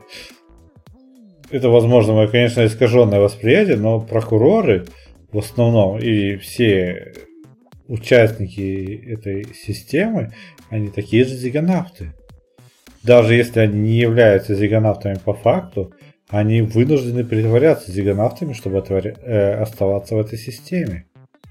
Это, возможно, мое, конечно, искаженное восприятие, но прокуроры в основном и все участники этой системы, они такие же зиганавты. Даже если они не являются зиганавтами по факту, они вынуждены притворяться зиганавтами, чтобы оставаться в этой системе.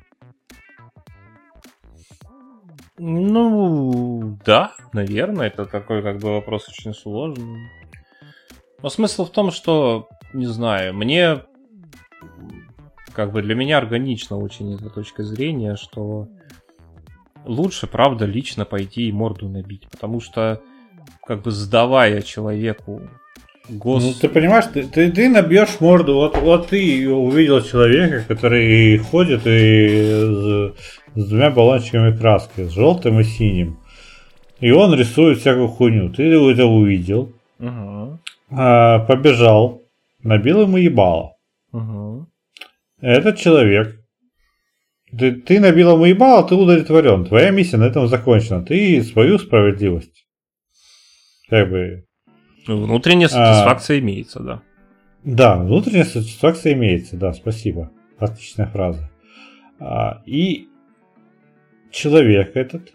Ну, да, наверное, это такой как бы вопрос очень сложный. Но смысл в том, что, не знаю, мне, как бы для меня органично очень эта точка зрения, что лучше, правда, лично пойти и морду набить, потому что, как бы сдавая человеку Ну, ты понимаешь, ты набьешь морду, вот ты увидел человека, который ходит и с двумя баллончиками краски, с желтым и синим, и он рисует всякую хуйню. Ты это увидел, побежал, набил ему ебало. Этот человек, ты набил ему ебало, ты удовлетворен, твоя миссия на этом закончена, ты свою справедливость, как бы... Внутренняя сатисфакция имеется, да. Да, внутренняя сатисфакция имеется, да, спасибо. Отличная фраза. И человек этот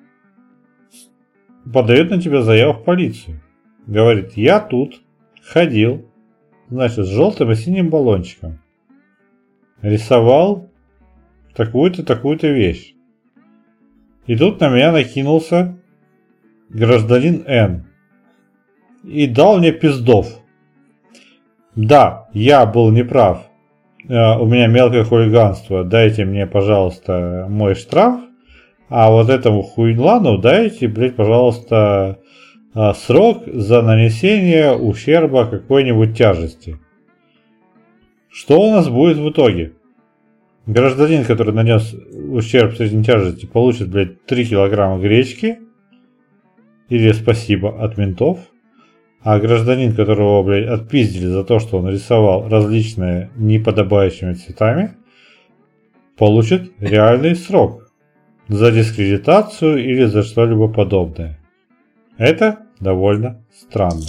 подает на тебя заяву в полицию. Говорит, я тут ходил, значит, с желтым и синим баллончиком. Рисовал такую-то, такую-то вещь. И тут на меня накинулся гражданин Н. И дал мне пиздов. Да, я был неправ. у меня мелкое хулиганство, дайте мне, пожалуйста, мой штраф, а вот этому хуйлану дайте, блядь, пожалуйста, срок за нанесение ущерба какой-нибудь тяжести. Что у нас будет в итоге? Гражданин, который нанес ущерб средней тяжести, получит, блядь, 3 килограмма гречки или спасибо от ментов. А гражданин, которого, блядь, отпиздили за то, что он рисовал различные неподобающими цветами, получит реальный срок за дискредитацию или за что-либо подобное. Это довольно странно.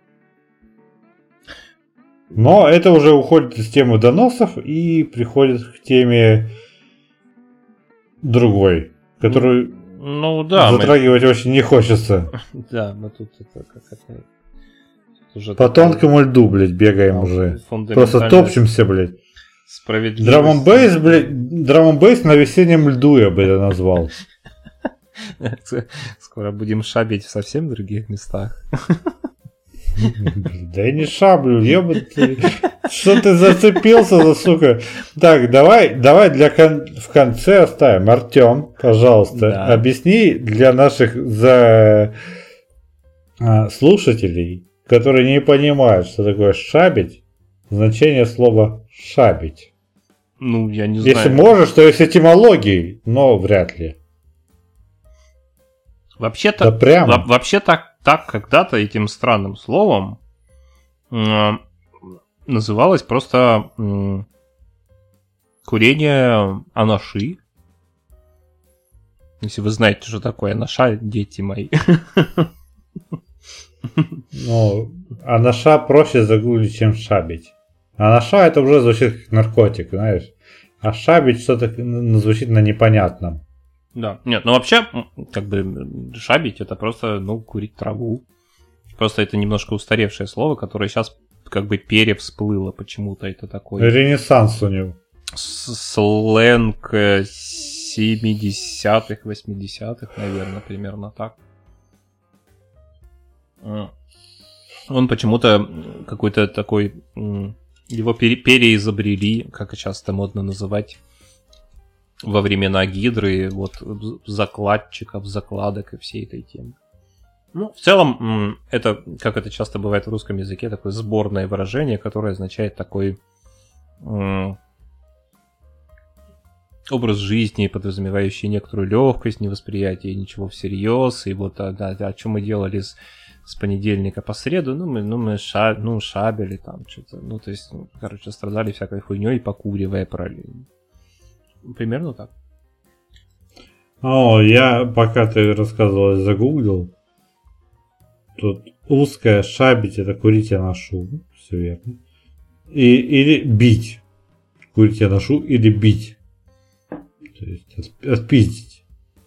Но это уже уходит из темы доносов и приходит к теме другой, которую затрагивать очень не хочется. Да, мы тут это как это... По тонкому льду, блядь, бегаем уже. Просто топчемся, блядь. Драм-н-бейс, блядь, драм-н-бейс на весеннем льду я бы это назвал. Скоро будем шабить в совсем других местах. Да я не шаблю, ебать. Что ты зацепился, сука? Так, давай в конце оставим. Артём, пожалуйста, объясни для наших слушателей, которые не понимают, что такое шабить, значение слова шабить. Ну, я не знаю. Если можешь, то есть этимологией, но вряд ли. Вообще-то, так когда-то этим странным словом называлось просто курение анаши. Если вы знаете, что такое анаша, дети мои. Ну, анаша проще загуглить, чем шабить. Анаша это уже звучит как наркотик, знаешь. А шабить что-то звучит на непонятном. Да, нет, ну вообще, как бы шабить это просто, ну, курить траву. Просто это немножко устаревшее слово, которое сейчас как бы перевсплыло почему-то. Это такой... Ренессанс у него. Сленг 70-х, 80-х, наверное, примерно так. Он почему-то какой-то такой... Его переизобрели, как часто модно называть, во времена Гидры, вот закладчиков, закладок и всей этой темы. Ну, в целом, это, как это часто бывает в русском языке, такое сборное выражение, которое означает такой образ жизни, подразумевающий некоторую легкость, невосприятие ничего всерьез. И вот о чем мы делали с понедельника по среду, мы шабили там что-то. Ну, то есть, короче, страдали всякой хуйней, покуривая параллельно. Примерно так. Я, пока ты рассказывал, загуглил. Тут узкое шабить это курить анашу. Все верно. Или бить. Курить анашу или бить. То есть отпиздить.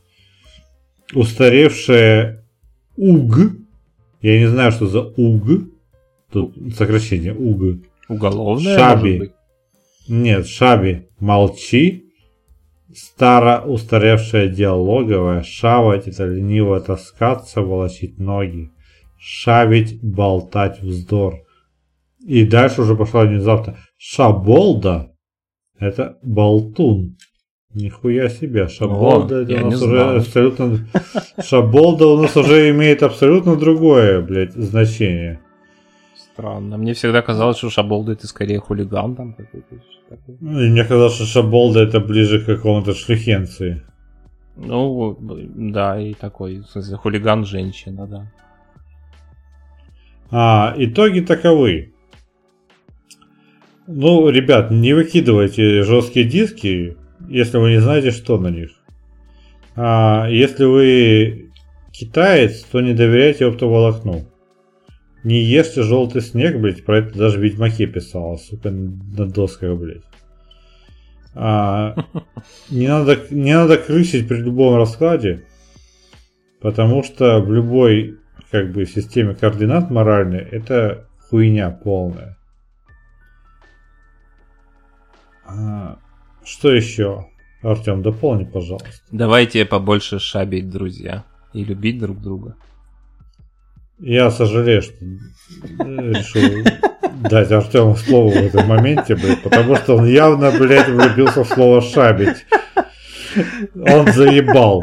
Устаревшее уг. Я не знаю, что за уг. Тут сокращение уг. Уголовное, шаби. Может быть? Нет, шаби. Молчи. Староустаревшая диалоговая. Шавать это лениво таскаться, волочить ноги. Шавить, болтать вздор. И дальше уже пошла внезапно. Шаболда это болтун. Нихуя себе. Шаболда это у нас уже абсолютно... Шаболда у нас уже имеет абсолютно другое, блядь, значение. Странно. Мне всегда казалось, что шаболда это скорее хулиган там какой-то. И мне казалось, что шаболда это ближе к какому-то шлюхенции. Ну, да, и такой, в смысле, хулиган-женщина, да. Итоги таковы. Ну, ребят, не выкидывайте жесткие диски, если вы не знаете, что на них. Если вы китаец, то не доверяйте оптоволокну. Не ешьте желтый снег, блядь, про это даже в Ведьмаке писала, сука, на досках, блядь. Не надо крысить при любом раскладе, потому что в любой, как бы, системе координат моральной это хуйня полная. Что еще? Артем, дополни, пожалуйста. Давайте побольше шабить, друзья, и любить друг друга. Я сожалею, что решил дать Артему слово в этом моменте, блядь, потому что он явно, блядь, влюбился в слово «шабить». Он заебал.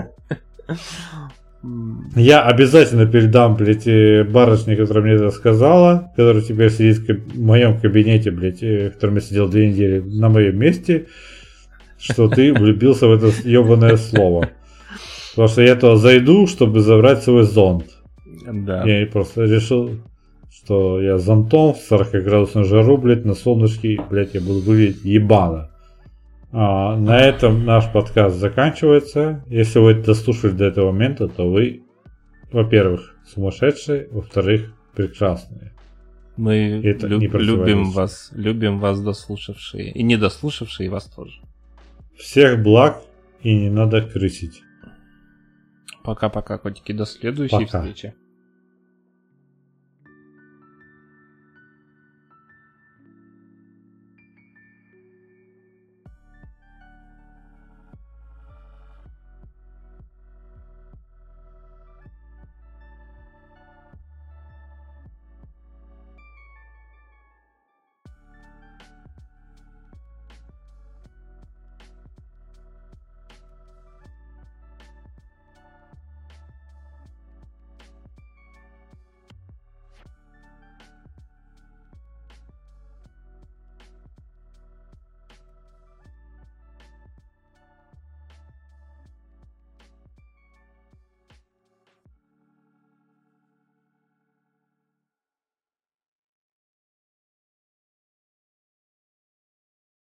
Я обязательно передам, блядь, барышне, которая мне это сказала, которая теперь сидит в моем кабинете, блядь, в котором я сидел 2 недели на моем месте, что ты влюбился в это ебаное слово. Потому что я туда зайду, чтобы забрать свой зонт. Да. Я просто решил, что я зонтом в 40-градусную жару, блядь, на солнышке, блядь, я буду выглядеть ебано. На этом наш подкаст заканчивается. Если вы дослушали до этого момента, то вы, во-первых, сумасшедшие, во-вторых, прекрасные. Мы любим вас, дослушавшие. И не дослушавшие вас тоже. Всех благ и не надо крысить. Пока-пока, котики. До следующей встречи.